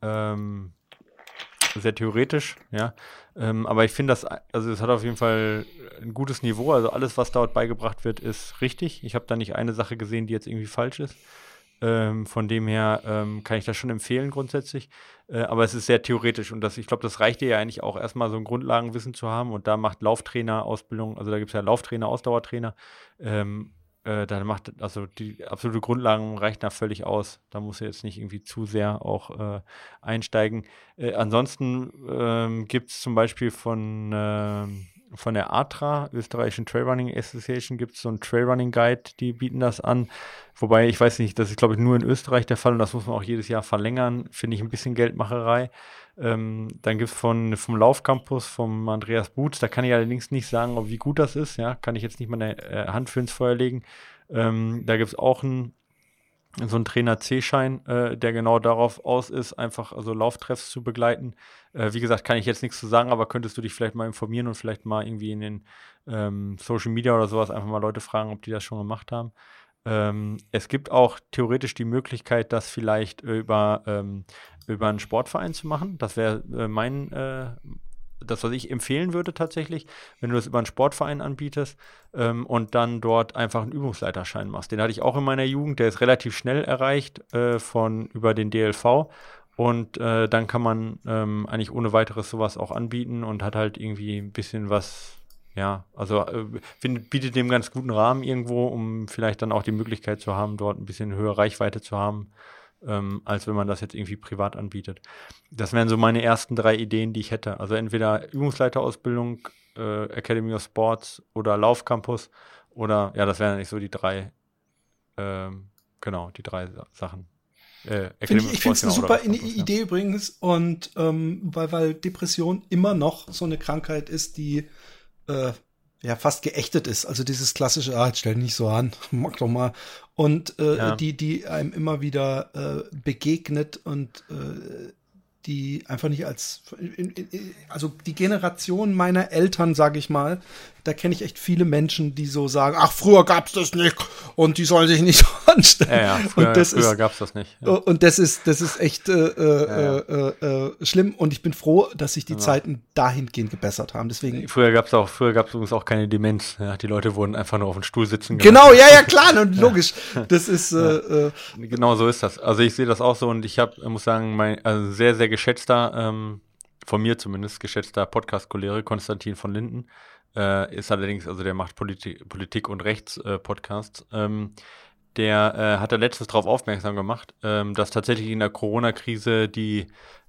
theoretisch, ja. Aber ich finde es hat auf jeden Fall ein gutes Niveau. Also alles, was dort beigebracht wird, ist richtig. Ich habe da nicht eine Sache gesehen, die jetzt irgendwie falsch ist. Von dem her kann ich das schon empfehlen grundsätzlich. Aber es ist sehr theoretisch und ich glaube, das reicht dir ja eigentlich auch erstmal so ein Grundlagenwissen zu haben. Und da macht Lauftrainer-Ausbildung, also da gibt es ja Lauftrainer, Ausdauertrainer, dann macht, also die absolute Grundlagen reichen da völlig aus. Da muss er jetzt nicht irgendwie zu sehr auch einsteigen. Ansonsten gibt es zum Beispiel von der ATRA, Österreichischen Trailrunning Association, gibt es so einen Trailrunning Guide, die bieten das an. Wobei, ich weiß nicht, das ist, glaube ich, nur in Österreich der Fall und das muss man auch jedes Jahr verlängern. Finde ich ein bisschen Geldmacherei. Dann gibt es vom Laufcampus, vom Andreas Butz, da kann ich allerdings nicht sagen, wie gut das ist. Ja, kann ich jetzt nicht mal eine Hand für ins Feuer legen. Da gibt es auch so einen Trainer C-Schein, der genau darauf aus ist, einfach also Lauftreffs zu begleiten. Wie gesagt, kann ich jetzt nichts zu sagen, aber könntest du dich vielleicht mal informieren und vielleicht mal irgendwie in den Social Media oder sowas einfach mal Leute fragen, ob die das schon gemacht haben. Es gibt auch theoretisch die Möglichkeit, das vielleicht über einen Sportverein zu machen. Das wäre das, was ich empfehlen würde tatsächlich, wenn du das über einen Sportverein anbietest und dann dort einfach einen Übungsleiterschein machst. Den hatte ich auch in meiner Jugend, der ist relativ schnell erreicht über den DLV und dann kann man eigentlich ohne weiteres sowas auch anbieten und hat halt irgendwie ein bisschen was. Ja, also bietet dem ganz guten Rahmen irgendwo, um vielleicht dann auch die Möglichkeit zu haben, dort ein bisschen höhere Reichweite zu haben, als wenn man das jetzt irgendwie privat anbietet. Das wären so meine ersten 3 Ideen, die ich hätte. Also entweder Übungsleiterausbildung, Academy of Sports oder Laufcampus oder, ja, das wären eigentlich so die 3, die 3 Sachen. Ich finde es eine super Idee übrigens und weil Depression immer noch so eine Krankheit ist, die fast geächtet ist. Also dieses klassische, jetzt stell dich nicht so an, mach doch mal. Und die einem immer wieder begegnet und die einfach nicht also die Generation meiner Eltern, sage ich mal, da kenne ich echt viele Menschen, die so sagen, ach, früher gab's das nicht und die sollen sich nicht so anstellen. Ja, früher gab's das nicht. Ja. Und das ist echt schlimm und ich bin froh, dass sich die Zeiten dahingehend gebessert haben. Deswegen früher gab's übrigens auch keine Demenz. Ja, die Leute wurden einfach nur auf dem Stuhl sitzen. Genau, ja, klar, und logisch. Das ist genau so ist das. Also ich sehe das auch so und ich muss sagen, mein sehr, sehr geschätzter, von mir zumindest, geschätzter Podcast-Kollege Konstantin von Linden, ist allerdings, also der macht Politik und Rechts-Podcasts, der hat da letztens darauf aufmerksam gemacht, dass tatsächlich in der Corona-Krise die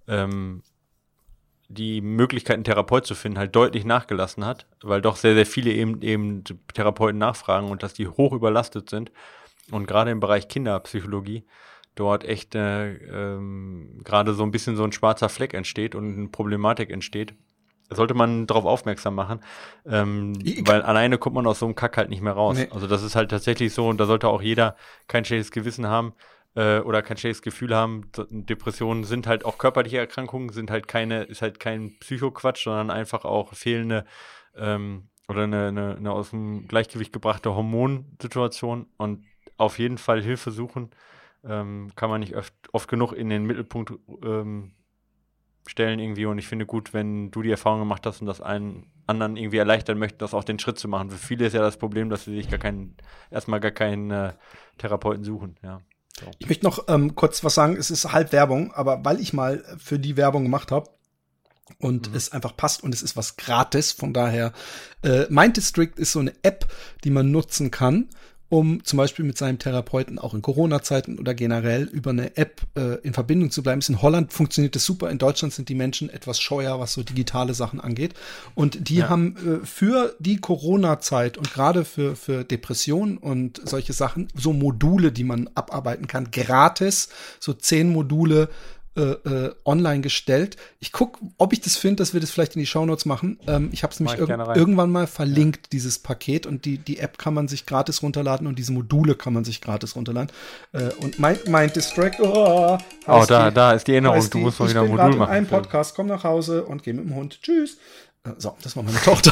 Möglichkeit, einen Therapeut zu finden, halt deutlich nachgelassen hat, weil doch sehr, sehr viele eben Therapeuten nachfragen und dass die hoch überlastet sind. Und gerade im Bereich Kinderpsychologie dort echt gerade so ein bisschen so ein schwarzer Fleck entsteht und eine Problematik entsteht. Da sollte man darauf aufmerksam machen, weil alleine kommt man aus so einem Kack halt nicht mehr raus. Nee. Also das ist halt tatsächlich so und da sollte auch jeder kein schlechtes Gewissen haben oder kein schlechtes Gefühl haben. Depressionen sind halt auch körperliche Erkrankungen, ist halt kein Psychoquatsch, sondern einfach auch fehlende oder eine aus dem Gleichgewicht gebrachte Hormonsituation und auf jeden Fall Hilfe suchen. Kann man nicht oft genug in den Mittelpunkt stellen irgendwie und ich finde gut, wenn du die Erfahrung gemacht hast und das einen anderen irgendwie erleichtern möchten, das auch den Schritt zu machen. Für viele ist ja das Problem, dass sie sich erstmal gar keinen Therapeuten suchen, ja. So. Ich möchte noch kurz was sagen, es ist halb Werbung, aber weil ich mal für die Werbung gemacht habe und es einfach passt und es ist was gratis, von daher Mind District ist so eine App, die man nutzen kann, um zum Beispiel mit seinem Therapeuten auch in Corona-Zeiten oder generell über eine App in Verbindung zu bleiben. In Holland funktioniert das super, in Deutschland sind die Menschen etwas scheuer, was so digitale Sachen angeht. Und die haben für die Corona-Zeit und gerade für Depressionen und solche Sachen so Module, die man abarbeiten kann, gratis, so 10 Module, online gestellt. Ich gucke, ob ich das finde, dass wir das vielleicht in die Shownotes machen. Ich habe es nämlich irgendwann mal verlinkt, dieses Paket, und die App kann man sich gratis runterladen und diese Module kann man sich gratis runterladen. Und mein Distract, da ist die Erinnerung, du musst mal wieder ein Modul machen. Ein Podcast, komm nach Hause und geh mit dem Hund. Tschüss. So, das war meine Tochter.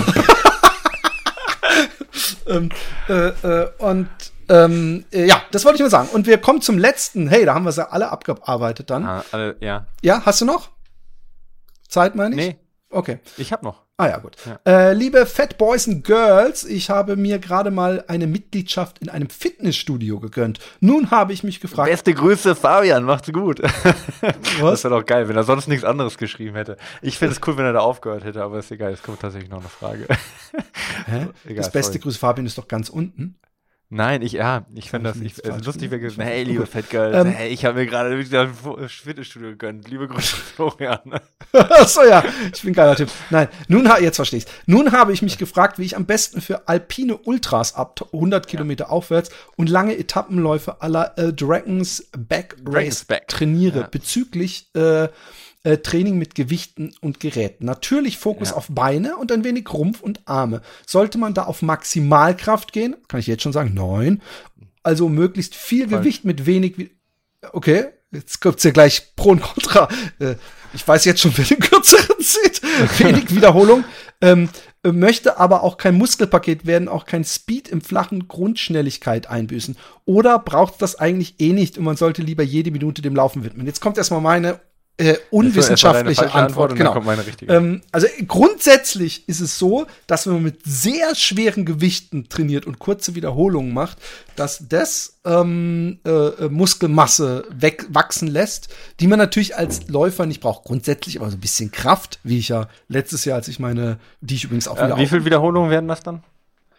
Ja, das wollte ich nur sagen. Und wir kommen zum letzten. Hey, da haben wir sie alle abgearbeitet dann. Ja. Ja, hast du noch? Zeit, meine ich? Nee. Okay. Ich hab noch. Ah ja, gut. Ja. Liebe Fat Boys and Girls, ich habe mir gerade mal eine Mitgliedschaft in einem Fitnessstudio gegönnt. Nun habe ich mich gefragt. Beste Grüße, Fabian, macht's gut. Was? Das wäre doch geil, wenn er sonst nichts anderes geschrieben hätte. Ich finde es cool, wenn er da aufgehört hätte, aber ist egal, es kommt tatsächlich noch eine Frage. Hä? Egal, das beste Grüße, Fabian, ist doch ganz unten. Nein, ich fände das lustig, wenn gesagt, hey, liebe Fat Girls, hey, ich habe mir gerade ein Fitnessstudio gegönnt. Liebe Grüße, Florian. Achso, ja, ich bin ein geiler Typ. Nein, jetzt verstehe ich's. Nun habe ich mich gefragt, wie ich am besten für alpine Ultras ab 100 Kilometer aufwärts und lange Etappenläufe à la Dragons Back Race trainiere, bezüglich Training mit Gewichten und Geräten. Natürlich Fokus auf Beine und ein wenig Rumpf und Arme. Sollte man da auf Maximalkraft gehen? Kann ich jetzt schon sagen, nein. Also möglichst viel Gewicht mit wenig. Okay, jetzt gibt's ja gleich Pro und Contra. Ich weiß jetzt schon, wer den kürzeren zieht. Wenig Wiederholung. Möchte aber auch kein Muskelpaket werden, auch kein Speed im flachen Grundschnelligkeit einbüßen. Oder braucht das eigentlich nicht und man sollte lieber jede Minute dem Laufen widmen? Jetzt kommt erstmal meine unwissenschaftliche Antwort. Genau. Kommt meine richtige. Also grundsätzlich ist es so, dass wenn man mit sehr schweren Gewichten trainiert und kurze Wiederholungen macht, dass das Muskelmasse wachsen lässt, die man natürlich als Läufer nicht braucht. Grundsätzlich aber so ein bisschen Kraft, wie ich ja letztes Jahr, als ich die ich übrigens auch wieder wie viele Wiederholungen werden das dann?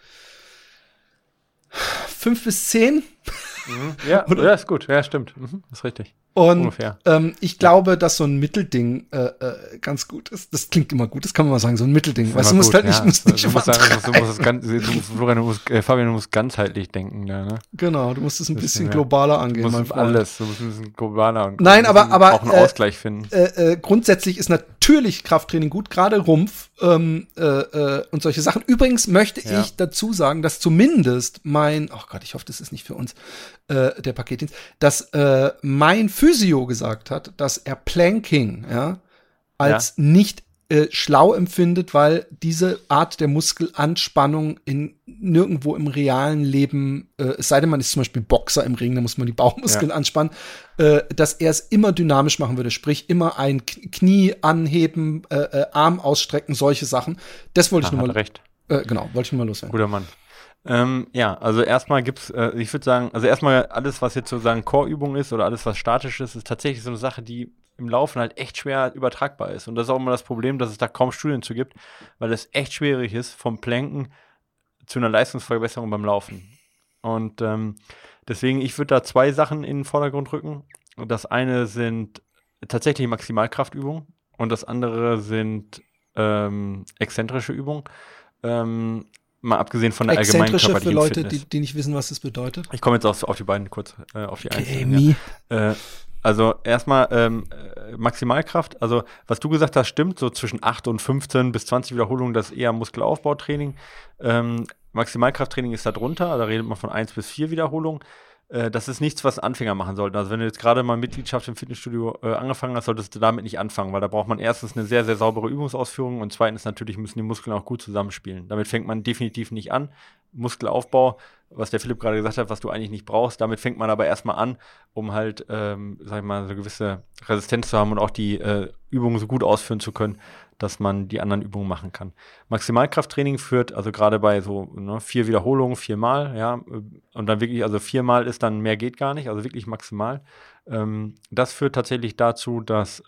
5 bis 10. Ja, ist gut. Ja, stimmt. Ist richtig. Und ich glaube, dass so ein Mittelding ganz gut ist. Das klingt immer gut, das kann man mal sagen, so ein Mittelding. Weißt du, musst halt nicht, Fabian, du musst ganzheitlich denken. Ja, ne? Genau, du musst es ein bisschen globaler angehen. Du musst alles, du musst ein bisschen globaler angehen. Nein, aber auch einen Ausgleich finden. Grundsätzlich ist natürlich Krafttraining gut, gerade Rumpf und solche Sachen. Übrigens möchte ich dazu sagen, dass zumindest ich hoffe, das ist nicht für uns, der Paketdienst, dass mein Physio gesagt hat, dass er Planking als nicht schlau empfindet, weil diese Art der Muskelanspannung nirgendwo im realen Leben, es sei denn, man ist zum Beispiel Boxer im Ring, da muss man die Bauchmuskeln anspannen, dass er es immer dynamisch machen würde, sprich immer ein Knie anheben, Arm ausstrecken, solche Sachen. Das wollte ich nur mal. Recht. Wollte ich nur mal loswerden. Guter Mann. Also erstmal gibt's, ich würde sagen, also erstmal alles, was jetzt sozusagen Core-Übung ist oder alles, was statisch ist tatsächlich so eine Sache, die im Laufen halt echt schwer übertragbar ist. Und das ist auch immer das Problem, dass es da kaum Studien zu gibt, weil es echt schwierig ist, vom Planken zu einer Leistungsverbesserung beim Laufen. Und deswegen, ich würde da 2 Sachen in den Vordergrund rücken. Und das eine sind tatsächlich Maximalkraftübungen und das andere sind exzentrische Übungen. Mal abgesehen von der allgemeinen körperlichen für Leute, Fitness. Die nicht wissen, was das bedeutet. Ich komme jetzt auf die beiden kurz, auf die einzelnen. Also erstmal Maximalkraft, also was du gesagt hast, stimmt, so zwischen 8 und 15 bis 20 Wiederholungen, das ist eher Muskelaufbautraining. Maximalkrafttraining ist da drunter, da redet man von 1 bis 4 Wiederholungen. Das ist nichts, was Anfänger machen sollten. Also wenn du jetzt gerade mal Mitgliedschaft im Fitnessstudio angefangen hast, solltest du damit nicht anfangen, weil da braucht man erstens eine sehr, sehr saubere Übungsausführung und zweitens natürlich müssen die Muskeln auch gut zusammenspielen. Damit fängt man definitiv nicht an. Muskelaufbau, was der Philipp gerade gesagt hat, was du eigentlich nicht brauchst, damit fängt man aber erstmal an, um halt, sag ich mal, so eine gewisse Resistenz zu haben und auch die Übungen so gut ausführen zu können, dass man die anderen Übungen machen kann. Maximalkrafttraining führt, also gerade bei so 4 Wiederholungen, 4-mal, und dann wirklich, also 4-mal ist dann, mehr geht gar nicht, also wirklich maximal. Das führt tatsächlich dazu, dass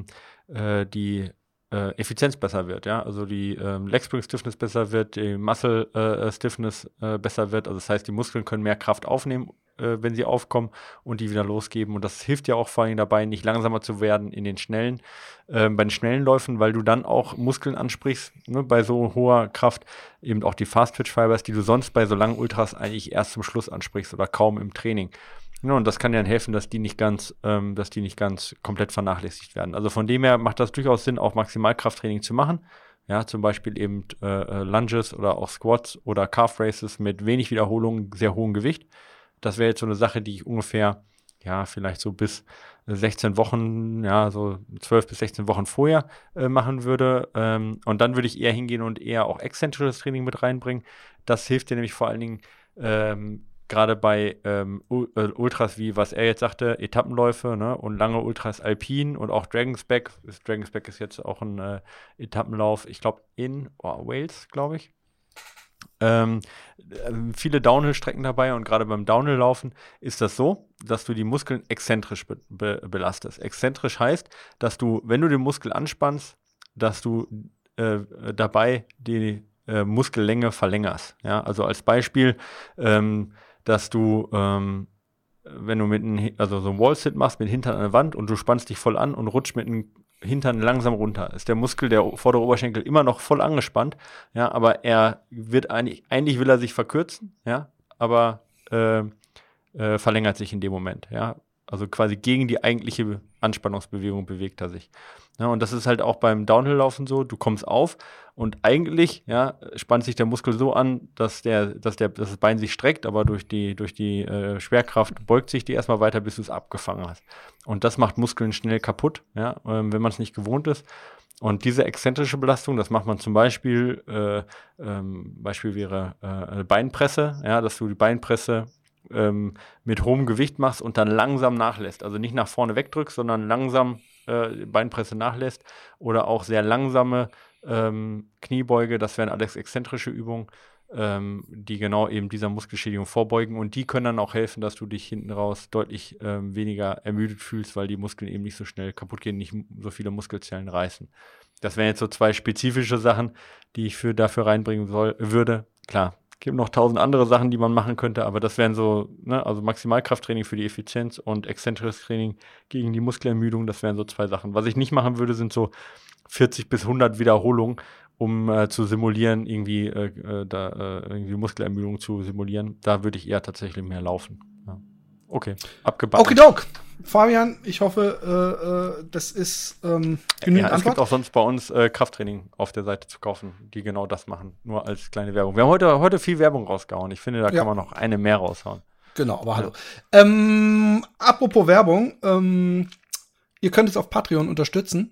die Effizienz besser wird, also die Leg Spring Stiffness besser wird, die Muscle Stiffness besser wird, also das heißt, die Muskeln können mehr Kraft aufnehmen, wenn sie aufkommen und die wieder losgeben und das hilft ja auch vor allem dabei, nicht langsamer zu werden in den bei den schnellen Läufen, weil du dann auch Muskeln ansprichst, bei so hoher Kraft, eben auch die Fast Twitch Fibers, die du sonst bei so langen Ultras eigentlich erst zum Schluss ansprichst oder kaum im Training. Ja, und das kann dann helfen, dass die nicht ganz komplett vernachlässigt werden. Also von dem her macht das durchaus Sinn, auch Maximalkrafttraining zu machen. Ja, zum Beispiel eben Lunges oder auch Squats oder Calf Raises mit wenig Wiederholungen, sehr hohem Gewicht. Das wäre jetzt so eine Sache, die ich ungefähr, ja, vielleicht so bis 16 Wochen, ja, so 12 bis 16 Wochen vorher machen würde. Und dann würde ich eher hingehen und eher auch exzentrisches Training mit reinbringen. Das hilft dir nämlich vor allen Dingen gerade bei Ultras, wie was er jetzt sagte, Etappenläufe, ne, und lange Ultras Alpin und auch Dragonsback. Dragonsback ist jetzt auch ein Etappenlauf, ich glaube in Wales, glaube ich. Viele Downhill-Strecken dabei und gerade beim Downhill-Laufen ist das so, dass du die Muskeln exzentrisch belastest. Exzentrisch heißt, dass du, wenn du den Muskel anspannst, dass du dabei die Muskellänge verlängerst. Ja? Also als Beispiel, dass du, wenn du so einen Wall-Sit machst mit Hintern an der Wand und du spannst dich voll an und rutscht mit dem Hintern langsam runter, ist der Muskel, der vordere Oberschenkel, immer noch voll angespannt, ja, aber er wird eigentlich will er sich verkürzen, ja, aber verlängert sich in dem Moment, ja, also quasi gegen die eigentliche Anspannungsbewegung bewegt er sich. Ja, und das ist halt auch beim Downhill-Laufen so, du kommst auf und eigentlich, ja, spannt sich der Muskel so an, dass das Bein sich streckt, aber durch die Schwerkraft beugt sich die erstmal weiter, bis du es abgefangen hast. Und das macht Muskeln schnell kaputt, ja, wenn man es nicht gewohnt ist. Und diese exzentrische Belastung, das macht man zum Beispiel, Beispiel wäre Beinpresse, ja, dass du die Beinpresse mit hohem Gewicht machst und dann langsam nachlässt. Also nicht nach vorne wegdrückst, sondern langsam Beinpresse nachlässt. Oder auch sehr langsame Kniebeuge, das wären alles exzentrische Übungen, die genau eben dieser Muskelschädigung vorbeugen. Und die können dann auch helfen, dass du dich hinten raus deutlich weniger ermüdet fühlst, weil die Muskeln eben nicht so schnell kaputt gehen, nicht so viele Muskelzellen reißen. Das wären jetzt so zwei spezifische Sachen, die ich dafür reinbringen würde. Klar, gibt noch 1000 andere Sachen, die man machen könnte, aber das wären so, ne, also Maximalkrafttraining für die Effizienz und exzentrisches Training gegen die Muskelermüdung, das wären so zwei Sachen. Was ich nicht machen würde, sind so 40 bis 100 Wiederholungen, um zu simulieren, irgendwie Muskelermüdung zu simulieren. Da würde ich eher tatsächlich mehr laufen. Ja. Okay, abgebaut. Okidok. Fabian, ich hoffe, das ist genügend Antwort. Es gibt auch sonst bei uns Krafttraining auf der Seite zu kaufen, die genau das machen. Nur als kleine Werbung. Wir haben heute viel Werbung rausgehauen. Ich finde, da kann man noch eine mehr raushauen. Genau, aber hallo. Apropos Werbung, ihr könnt es auf Patreon unterstützen.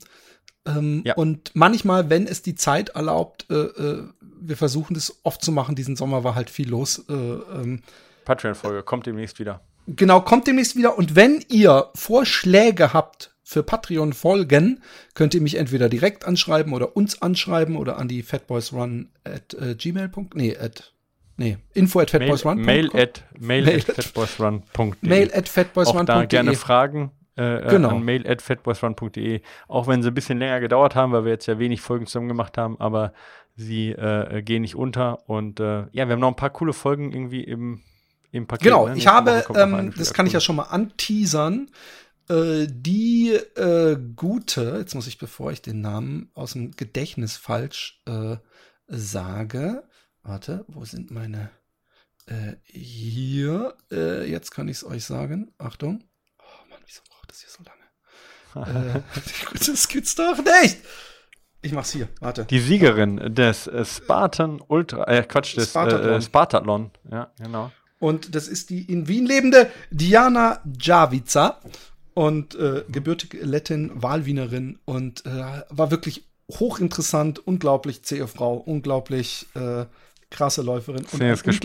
Und manchmal, wenn es die Zeit erlaubt, wir versuchen das oft zu machen. Diesen Sommer war halt viel los. Patreon-Folge kommt demnächst wieder. Genau, kommt demnächst wieder. Und wenn ihr Vorschläge habt für Patreon-Folgen, könnt ihr mich entweder direkt anschreiben oder uns anschreiben oder an die fatboysrun@gmail.com. info@fatboysrun.com. Mail@fatboysrun.de. Mail@fatboysrun.de. Auch da gerne Fragen an mail@fatboysrun.de. Auch wenn sie ein bisschen länger gedauert haben, weil wir jetzt ja wenig Folgen zusammen gemacht haben, aber sie gehen nicht unter. Und wir haben noch ein paar coole Folgen irgendwie im Paket. Genau, ne? ich habe, das kann ich ja schon mal anteasern, die gute, jetzt muss ich, bevor ich den Namen aus dem Gedächtnis falsch sage, warte, wo sind meine, hier, jetzt kann ich es euch sagen, Achtung, oh Mann, wieso braucht das hier so lange? Das gibt's doch nicht! Ich mach's hier, warte. Die Siegerin des Spartathlon, ja, genau. Und das ist die in Wien lebende Diana Javica und gebürtige Lettin, Wahlwienerin und war wirklich hochinteressant, unglaublich zähe Frau, unglaublich krasse Läuferin und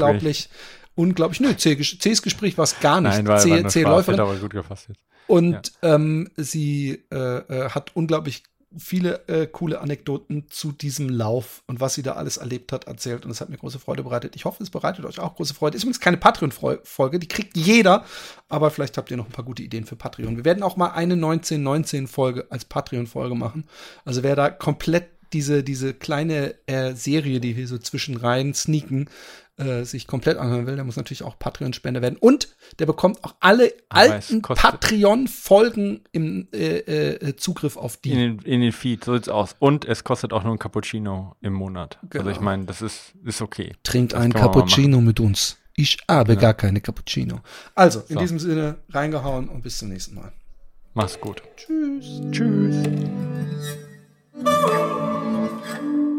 zähes Gespräch war es gar nicht. Nein, zähe Läuferin. Aber gut gefasst jetzt. Und sie hat unglaublich viele coole Anekdoten zu diesem Lauf und was sie da alles erlebt hat, erzählt. Und es hat mir große Freude bereitet. Ich hoffe, es bereitet euch auch große Freude. Ist übrigens keine Patreon-Folge, die kriegt jeder. Aber vielleicht habt ihr noch ein paar gute Ideen für Patreon. Wir werden auch mal eine 19-19-Folge als Patreon-Folge machen. Also wer da komplett diese kleine Serie, die wir so zwischen rein sneaken, sich komplett anhören will, der muss natürlich auch Patreon-Spender werden. Und der bekommt auch alle alten Patreon-Folgen im Zugriff auf die. In den Feed, so sieht's aus. Und es kostet auch nur ein Cappuccino im Monat. Genau. Also ich meine, das ist okay. Trinkt ein Cappuccino mit uns. Ich habe gar keine Cappuccino. Also, in diesem Sinne, reingehauen und bis zum nächsten Mal. Mach's gut. Tschüss. Tschüss.